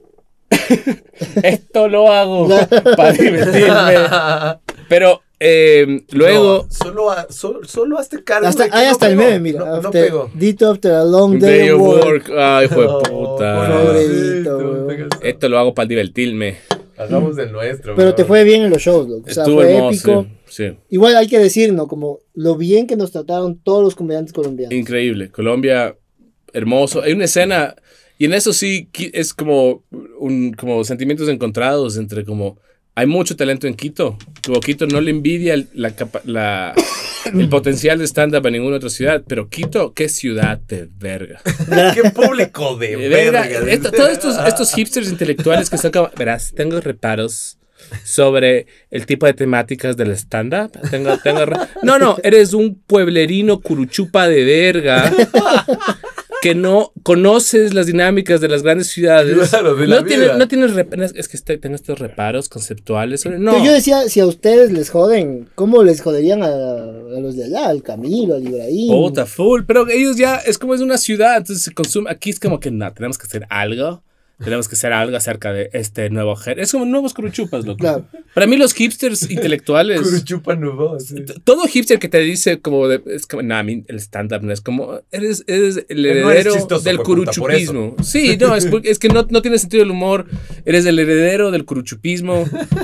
esto lo hago para divertirme. Pero eh, luego, No, solo, ha- solo, solo hazte cargo. Hasta, de que hay no hasta el pegó. meme, mira. No, no after- pegó. Dito after a long day, Day of of work. Work, ay, hijo de No, puta. Pobre pobrecito, Dito, weón. tengas- Esto lo hago para divertirme. Hagamos del nuestro. Pero weón. te fue bien en los shows, loco. O sea, Estuvo fue hermoso. épico. Sí, sí. Igual hay que decir, ¿no? Como lo bien que nos trataron todos los comediantes colombianos. Increíble. Colombia, hermoso. Hay una escena, y en eso sí qui- es como, un, como sentimientos encontrados entre como. Hay mucho talento en Quito. Como Quito no le envidia la, capa- la, el potencial de stand-up en ninguna otra ciudad, pero Quito, qué ciudad de verga. Qué público de, De verga. verga. Esto- todos estos, estos hipsters intelectuales que son como, verás, tengo reparos sobre el tipo de temáticas del stand-up. Tengo, tengo re- no, no, eres un pueblerino curuchupa de verga que no conoces las dinámicas de las grandes ciudades. Claro, de la no, tiene- vida. no tienes rep- es que estoy- tengo estos reparos conceptuales sobre, no. Pero yo decía, si a ustedes les joden, ¿cómo les joderían a, a los de allá? Al Camilo, al Ibrahim. Puta, full. Pero ellos ya, es como es una ciudad, entonces se consume. Aquí es como que no, tenemos que hacer algo. Tenemos que hacer algo acerca de este nuevo género. Es como nuevos curuchupas, loco. Claro. Para mí, los hipsters intelectuales. Curuchupa nuevo, sí. t- Todo hipster que te dice como de, es como, nah, a mí el stand-up no es como, eres, eres el No eres heredero chistoso, del pues, puta, por curuchupismo. Sí, no, es, porque- es que no, no tiene sentido el humor. Eres el heredero del curuchupismo.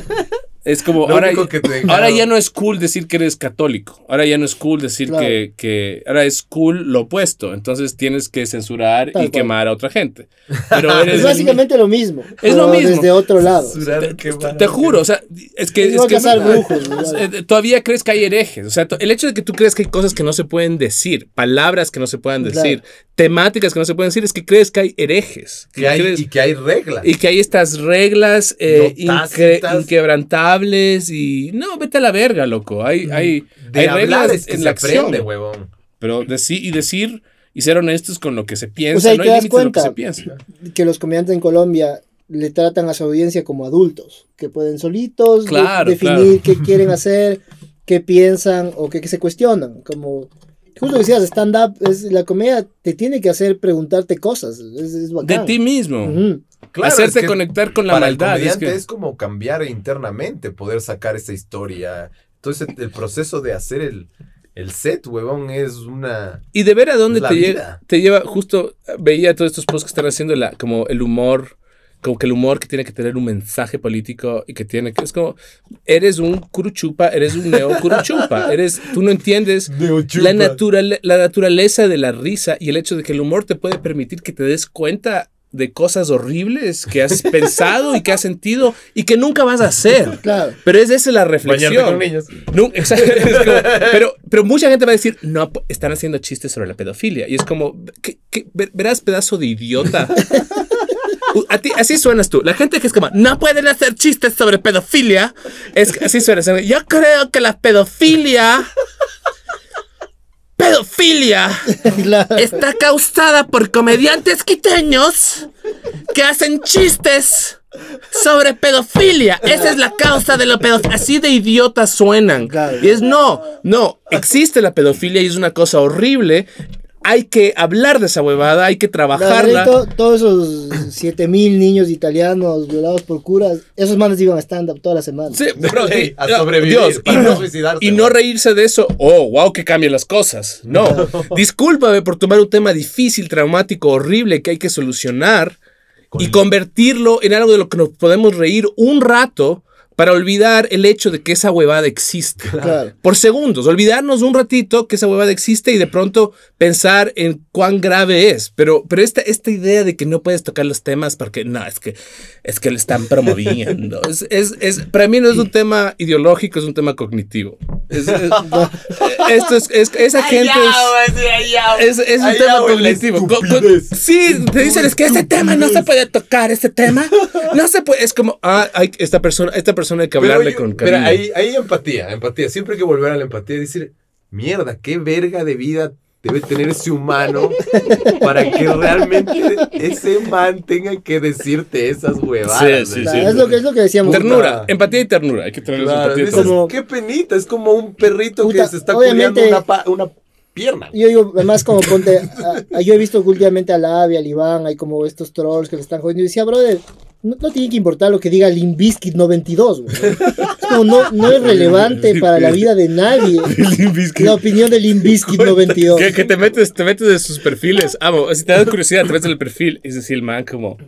Es como, Lo ahora, único que te dejaron- ahora ya no es cool decir que eres católico. Ahora ya no es cool decir Claro. que, que. Ahora es cool lo opuesto. Entonces tienes que censurar Tal y cual. quemar a otra gente. Pero eres Es el- básicamente lo mismo. Es lo pero mismo. Desde otro lado. Censurar, qué te, mal. te juro, o sea, es que. Es Es igual que cazar brujos, igual. eh, todavía crees que hay herejes. O sea, to- el hecho de que tú creas que hay cosas que no se pueden decir, palabras que no se puedan Claro. decir, temáticas que no se pueden decir, es que crees que hay herejes. Que hay, crees- y que hay reglas. y que hay estas reglas eh, No incre- tácitas. inquebrantables y no, vete a la verga, loco. Hay, hay, de hay hablar reglas es que en se la acción. aprende, huevón. Pero decir y decir y ser honestos con lo que se piensa, O sea, y no te hay das límites de lo que cuenta se piensa. que los comediantes en Colombia le tratan a su audiencia como adultos, que pueden solitos de- Claro, definir qué quieren hacer, qué piensan o qué, qué se cuestionan. Como justo decías, stand-up, es, la comedia te tiene que hacer preguntarte cosas. Es, es De bacán. ti mismo. Ujú. Claro, Hacerte es que conectar con la para maldad. el es comediante que- es, como cambiar internamente, poder sacar esa historia. Entonces, el proceso de hacer el, el set, huevón, es una... Y de ver a dónde Es la te, lle- vida. te lleva, justo veía todos estos posts que están haciendo la, como el humor, como que el humor que tiene que tener un mensaje político y que tiene que, es como, eres un curuchupa, eres un neo curuchupa, eres, tú no entiendes la, natural, la naturaleza de la risa y el hecho de que el humor te puede permitir que te des cuenta de cosas horribles que has pensado y que has sentido y que nunca vas a hacer. Claro. Pero es esa la Bañarte reflexión. con niños. No, exacto, es como- pero, pero mucha gente va a decir, no, p- están haciendo chistes sobre la pedofilia. Y es como, ¿qué, qué- ver- verás, pedazo de idiota. U- A ti, así suenas tú. La gente que es como, no pueden hacer chistes sobre pedofilia. Es que así suena. suena, Yo creo que la pedofilia. Pedofilia Claro. está causada por comediantes quiteños que hacen chistes sobre pedofilia. Esa es la causa de la pedofilia. Así de idiotas suenan. Claro. Y es no, no, existe la pedofilia y es una cosa horrible. Hay que hablar de esa huevada, hay que trabajarla. To- todos esos siete mil niños italianos violados por curas, esos manes iban a stand-up toda la semana. Sí, De bro, ley, a Dios, sobrevivir, y para no, no suicidarse, y no güey. reírse de eso. Oh, wow, que cambian las cosas. No, discúlpame por tomar un tema difícil, traumático, horrible que hay que solucionar y convertirlo en algo de lo que nos podemos reír un rato para olvidar el hecho de que esa huevada existe. Claro. Por segundos, olvidarnos un ratito que esa huevada existe y de pronto pensar en cuán grave es. Pero, pero esta, esta idea de que no puedes tocar los temas porque no, es que, es que lo están promoviendo. es, es, es, para mí no es un tema ideológico, es un tema cognitivo. Es, es- esto es, es- esa gente es, es, es un tema cognitivo. Co- co- sí, te dicen es que este tema no se puede tocar, este tema no se puede. Es como, ah, hay, esta persona, esta persona hay que hablarle yo- con pero cariño. ahí hay empatía, empatía. Siempre hay que volver a la empatía y decir, mierda, qué verga de vida debe tener ese humano para que realmente ese man tenga que decirte esas huevadas. Sí, sí, ¿no? Claro, es, lo que, es lo que decíamos. Ternura, empatía y ternura. Hay que tener Claro, empatía y dices, ternura. Como- qué penita, es como un perrito Puta, que se está obviamente- culiando una, pa- una pierna. Yo digo, además como ponte, a- a- yo he visto que últimamente a Lavi, al Iván, hay como estos trolls que le están jodiendo. Y decía, brother, no, no tiene que importar lo que diga Limp Bizkit noventa y dos, güey. Es como no, no es relevante para la vida de nadie la opinión de Limp Bizkit noventa y dos. Que, que te metes, te metes de sus perfiles. Amo, si te da curiosidad, te metes en el perfil. Es decir, el man como.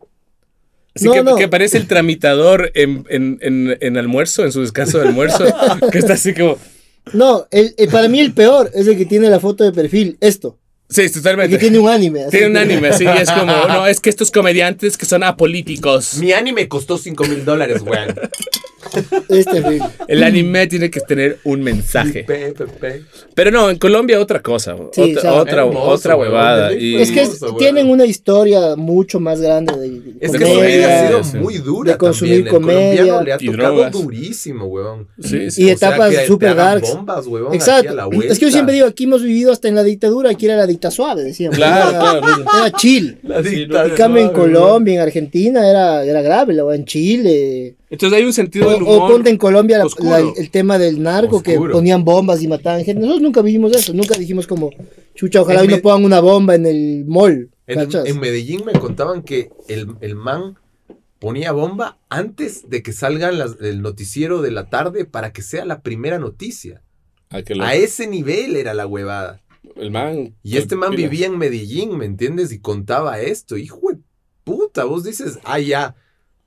Así No, que, no. que parece el tramitador en, en, en, en almuerzo, en su descanso de almuerzo. Que está así como. No, el, el- para mí el peor es el que tiene la foto de perfil, esto. Sí, El totalmente. que tiene un anime. así Tiene un que- anime, sí, es como, no, es que estos comediantes que son apolíticos. Mi anime costó cinco mil dólares, güey. Es terrible. El anime tiene que tener un mensaje. Pe, pe, pe. Pero no, en Colombia otra cosa. Sí, otra, o sea, otra, hermoso, otra weón. huevada. Es Y, Es que es- Hermoso, tienen weón. una historia mucho más grande de, de Es que comedia, Colombia ha sido sí. muy dura de consumir también. El comedia colombiano le ha y tocado drogas. durísimo, weón. sí, sí. y O sea, etapas que te super hagan darks. bombas, weón, aquí a Exacto. la Es que yo vuelta. siempre digo, aquí hemos vivido hasta en la dictadura, aquí era la dicta suave, decíamos. Claro, era, claro. era chill. La Sí, dictadura, En cambio en weón. Colombia, en Argentina era, era grave, la weá, en Chile. Entonces hay un sentido O, del o humor. ponte en Colombia la- oscuro. la- el, el tema del narco, que Oscuro. ponían bombas y mataban gente. Nosotros nunca vivimos eso, nunca dijimos como, chucha, ojalá En hoy no Me- pongan una bomba en el mall. En, ¿Cachas? en Medellín me contaban que el, el man ponía bomba antes de que salgan las, el noticiero de la tarde para que sea la primera noticia. Ah, que lo- A ese nivel era la huevada. el man. Y este man pilas. vivía en Medellín, ¿me entiendes? Y contaba esto. Hijo de puta, vos dices, ah, ya.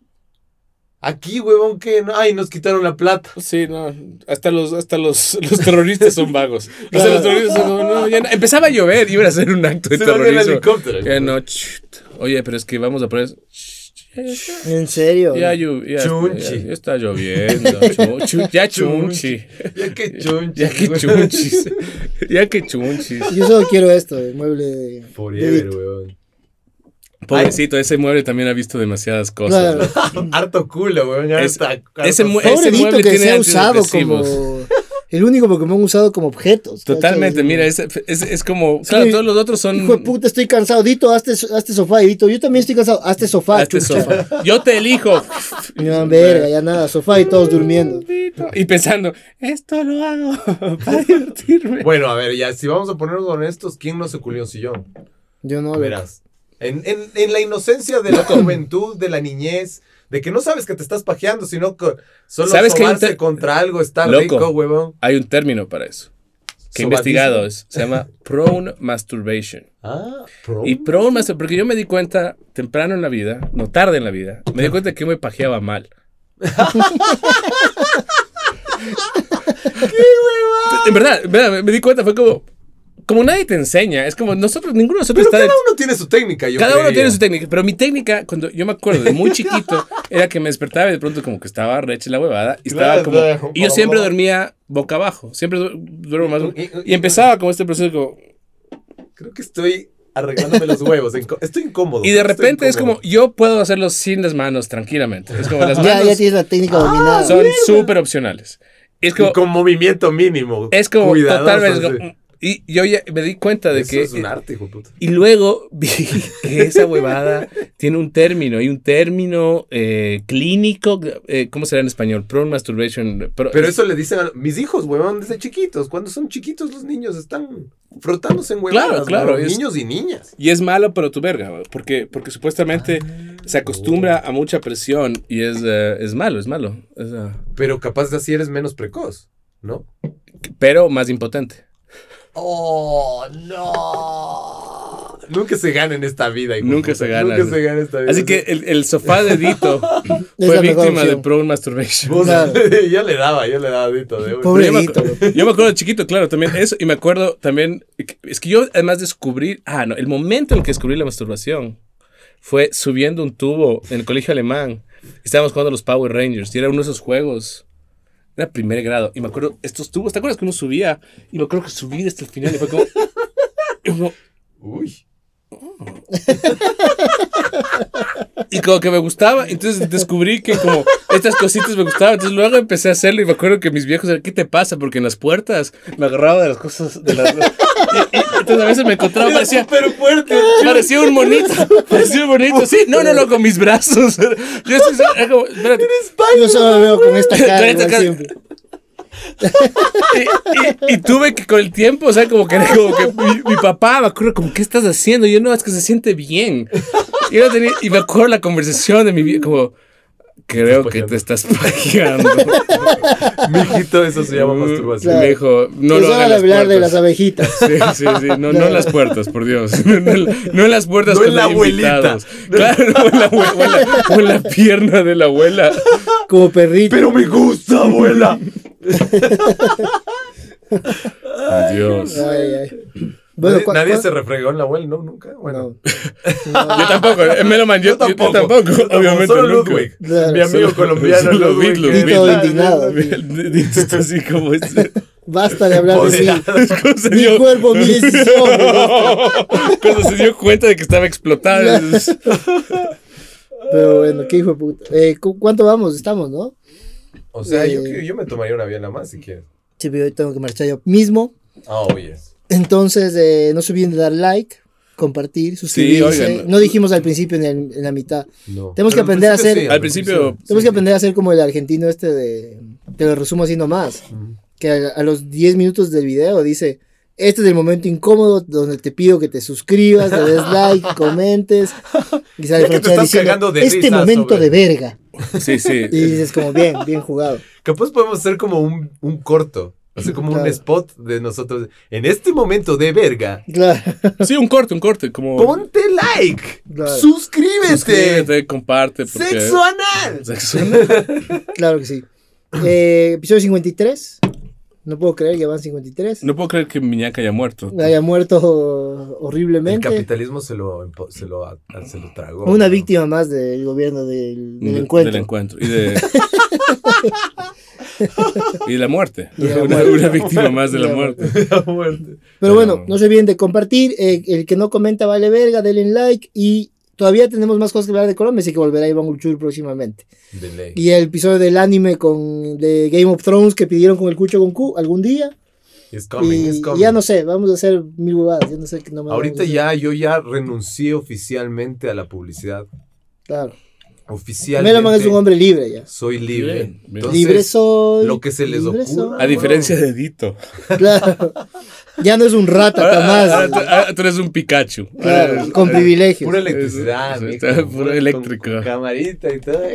Aquí, huevón, que no, ay, nos quitaron la plata. Sí, no, hasta los, hasta los, los terroristas son vagos. O sea, los terroristas son como, no, ya no. Empezaba a llover, iban a hacer un acto de Se van en el terrorismo. helicóptero. Ya no, chut. Oye, pero es que vamos a poner. En serio. Ya, llu- ya, Chunchi. ya- ya está lloviendo. chu- chu- ya chunchi. Ya que chunchi. Ya que güey. chunchis. Ya que chunchis. Yo solo quiero esto, el mueble de... Forever, de- weón. Pobrecito, ese mueble también ha visto demasiadas cosas. Claro. ¿no? Harto culo, weón. Es- harta- ese harto- mu- Pobre ese Dito mueble que tiene se ha usado antidepresivos. como... El único Pokémon usado como objetos. Totalmente, ¿cachas? mira, es, es, es como. Sí. Claro, todos los otros son. Hijo de puta, estoy cansado. Dito, hazte, hazte sofá. Y Dito, yo también estoy cansado. Hazte sofá, Hazte chucha. sofá. Yo te elijo. Y no, verga, ya nada, sofá y todos durmiendo. Y pensando, esto lo hago para divertirme. Bueno, a ver, ya, si vamos a ponernos honestos, ¿quién no se culió un sillón? Yo no, loco. Verás. En, en, en la inocencia de la juventud, de la niñez, de que no sabes que te estás pajeando, sino que solo ¿Sabes que hay un sobarse ter- contra algo está Loco. rico, huevón. Hay un término para eso. Que he Sobadísimo. investigado. Es, se llama prone masturbation. Ah, pro. Y prone masturbation, porque yo me di cuenta temprano en la vida, no tarde en la vida, me di cuenta que yo me pajeaba mal. En verdad, en verdad, me di cuenta, fue como, como nadie te enseña, es como nosotros, ninguno de nosotros Pero está cada de- uno tiene su técnica, yo Cada uno creería. tiene su técnica, pero mi técnica, cuando yo me acuerdo de muy chiquito, era que me despertaba y de pronto como que estaba recha la huevada y estaba como... Y yo siempre dormía boca abajo, siempre du- duermo más... Y empezaba como este proceso como... Creo que estoy arreglándome los huevos. inco- Estoy incómodo. Y de estoy repente es incómodo. como, yo puedo hacerlo sin las manos tranquilamente. Es como las Ya, ya manos tienes la técnica dominada. son súper opcionales. Es Y como, con movimiento mínimo. es como cuidadoso, totalmente... es así. como- y yo ya me di cuenta de Eso que... es un arte, hijo de puta. Y luego vi que esa huevada tiene un término, hay un término eh, clínico, eh, ¿cómo será en español? Prone masturbation. pro- Pero eso le dicen a mis hijos, huevón, desde chiquitos. Cuando son chiquitos los niños están frotándose en huevadas. Claro, claro, huevón, es- niños y niñas. Y es malo, pero tu verga, porque, porque supuestamente se acostumbra a mucha presión y es, eh, es malo, es malo. Es, eh, Pero capaz de así eres menos precoz, ¿no? pero más impotente. Oh, no. Nunca se gana en esta vida. hijo de Nunca puta. se gana. Nunca se gana en esta vida. Así que el, el sofá de Dito Es fue la mejor víctima de opción. prone masturbation. Vos- Claro. yo le daba, yo le daba dito de Pobre Yo me, Dito, acu- yo me acuerdo de chiquito, claro, también eso. Y me acuerdo también, es que yo además descubrí, ah, no, el momento en que descubrí la masturbación fue subiendo un tubo en el colegio alemán. Estábamos jugando a los Power Rangers y era uno de esos juegos. Era primer grado. Y me acuerdo, estos tubos, ¿te acuerdas que uno subía? Y me acuerdo que subí hasta el final y fue como... y como- Uy. Y como que me gustaba, entonces descubrí que como estas cositas me gustaban, entonces luego empecé a hacerlo y me acuerdo que mis viejos eran, ¿qué te pasa? Porque en las puertas me agarraba de las cosas, de las... y- y- entonces a veces me encontraba, parecía, Pero fuerte. parecía un monito, parecía un monito, sí, no, no, no, con mis brazos, yo estoy, era como, espérate, Yo solo me veo con esta Con cara, esta igual cara. siempre. y, y- y tuve que con el tiempo, o sea, como que, como que mi, mi papá me acuerdo como, ¿qué estás haciendo? Y yo, no, es que se siente bien. Y, yo tenía, y me acuerdo la conversación de mi vida, como, creo que te estás pajeando. Mijito, eso se llama Y masturbación. me dijo, no Es lo hora hagas de en las hablar de las puertas. abejitas. Sí, sí, sí, no, no en las puertas, por Dios. No, en- no en las puertas No en con la los abuelita. invitados. Claro, o en la, abue- o en la- o en la pierna de la abuela. Como perrito. Pero me gusta, abuela. Adiós. Ay, ay. Bueno, nadie ¿cu- nadie cuál- se refregó en la web, ¿no? Nunca. Bueno. No. No. Yo tampoco, eh, Meloman, yo, Yo tampoco. yo tampoco, Yo tampoco, obviamente solo nunca. Ludwig. Claro. Mi amigo Solo- colombiano, solo Ludwig. Ludwig. que- Y todo indignado. Dito está así como ese. Basta de hablar de mí. Cuando se Mi dio, cuerpo, mi decisión. cuando se dio cuenta de que estaba explotado. Pero bueno, qué hijo de puta. Eh, ¿cu- ¿Cuánto vamos? Estamos, ¿no? O sea, yo, Eh, yo me tomaría una biela más si quieres. Sí, pero yo tengo que marchar yo mismo. Ah, oye. Entonces, eh, no se olviden de dar like, compartir, suscribirse. oigan. No dijimos al principio ni al- en la mitad. No. Tenemos que Pero aprender a principio hacer- sí, Al principio, Tenemos sí. que aprender a ser como el argentino este de... Te lo resumo así nomás. Ujú. Que a, a los diez minutos del video dice... Este es el momento incómodo donde te pido que te suscribas, le des like, comentes. Y sale Ya que te Franchella estás diciendo, cagando de este risa momento sobre- de verga. sí, sí. Y dices como, bien, bien jugado. Capaz podemos hacer como un, un corto. Hacer como Claro. un spot de nosotros. En este momento de verga. Claro, Sí, un corte, un corte. Como. Ponte like. Claro. Suscríbete. Suscríbete, comparte. Porque... Sexo anal. Sexo. claro que sí. Eh, episodio cincuenta y tres. No puedo creer, ya van cincuenta y tres. No puedo creer que Miñaca haya muerto. Haya muerto El horriblemente. capitalismo se lo, empo- se lo, a- se lo tragó. Una ¿no? víctima más del gobierno del, del De- encuentro. Del encuentro. Y de. y de la muerte. Y de la una, muerte. una víctima más de Y la de la muerte. La muerte. Pero Pero- bueno, no se olviden de compartir. eh, el que no comenta vale verga, denle like. Y todavía tenemos más cosas que hablar de Colombia, así que volverá Iván Ulchur próximamente. De ley. Y el episodio del anime con de Game of Thrones que pidieron con el Cucho con Q algún día. It's coming, y it's coming. ya no sé, vamos a hacer mil huevadas. Yo no sé qué nomás Ahorita vamos a ya, yo ya renuncié oficialmente a la publicidad. hacer. Claro. Oficialmente. Meloman es un hombre libre ya. Soy libre. Bien, bien. Entonces, libre soy. lo que se les libre ocurra. soy. A diferencia de Dito. Claro. Ya no es un rata Ahora, ahora más. tú, ahora tú eres un Pikachu. Claro, Ahora- con privilegios. Pura electricidad, Eso, mijo, está puro con- eléctrico. con camarita y todo.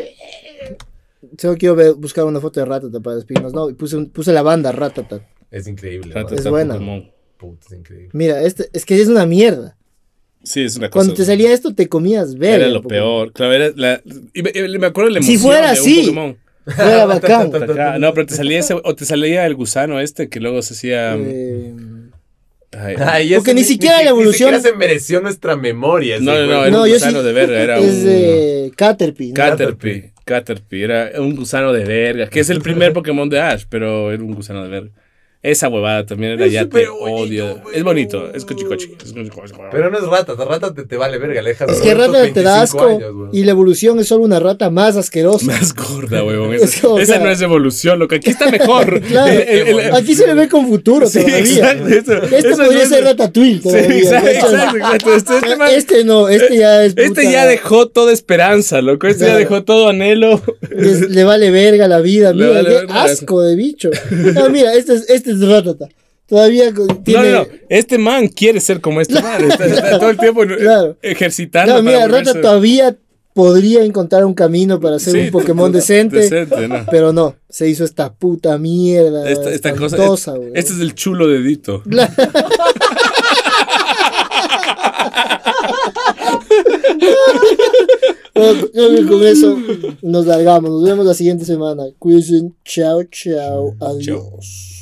Solo quiero ver- buscar una foto de Ratata para despedirnos. No, y puse, un- puse la banda Ratata. Es increíble. Ratata, man. Es buena. Pokémon. Puta, es increíble. Mira, este, es que es una mierda. Sí, es una cosa. Cuando te salía esto, te comías verga. Era lo Pokémon. peor. Claro, era la, y me, y me acuerdo de la Si emoción fuera de un así. Pokémon. Era bacán. Acá, no, pero te salía ese, o te salía el gusano este que luego se hacía. Eh, ay, Ay, Porque ese ni siquiera la Ni evolución- siquiera se mereció nuestra memoria. ese no, no, no, juego. era No, un yo gusano sí- de verga. Era es un. de Caterpie. ¿no? Caterpie. Caterpie. Era un gusano de verga. Que es el primer Pokémon de Ash, pero era un gusano de verga. Esa huevada también era Es ya te súper bonito, odio. güey. Es bonito, es cochicochi. Es cochicochi. Pero no es rata, rata te, te vale verga, le dejas Es que muertos rata te da veinticinco asco. años, güey. Y la evolución es solo una rata más asquerosa. Más gorda, huevón. Es Esa, como, esa claro. no es evolución, loco. Aquí está mejor. Claro. El- el- el- Aquí se le ve con futuro Sí, todavía. exacto, eso- Este eso podría no es- ser Ratatouille Sí, todavía. exacto, De hecho, exacto, exacto. Este, este man- Este no, este ya es. este puta, ya dejó toda esperanza, loco. Este ya Claro. dejó todo anhelo. les- le vale verga la vida. Le Mira, vale qué verga. asco de bicho. No, mira, este es, este es Ratata. Todavía co- tiene. No, no, no. Este man quiere ser como este man. Está, está todo el tiempo Claro. ejercitando. No, mira, para Rata volverse- todavía podría encontrar un camino para ser Sí, un Pokémon decente. Decente, ¿no? Pero no, se hizo esta puta mierda. Esta, esta cosa. espantosa, Este, güey. este es el chulo dedito. Bueno, creo que con eso nos largamos. Nos vemos la siguiente semana. Cuídense. Chao, chao. Adiós.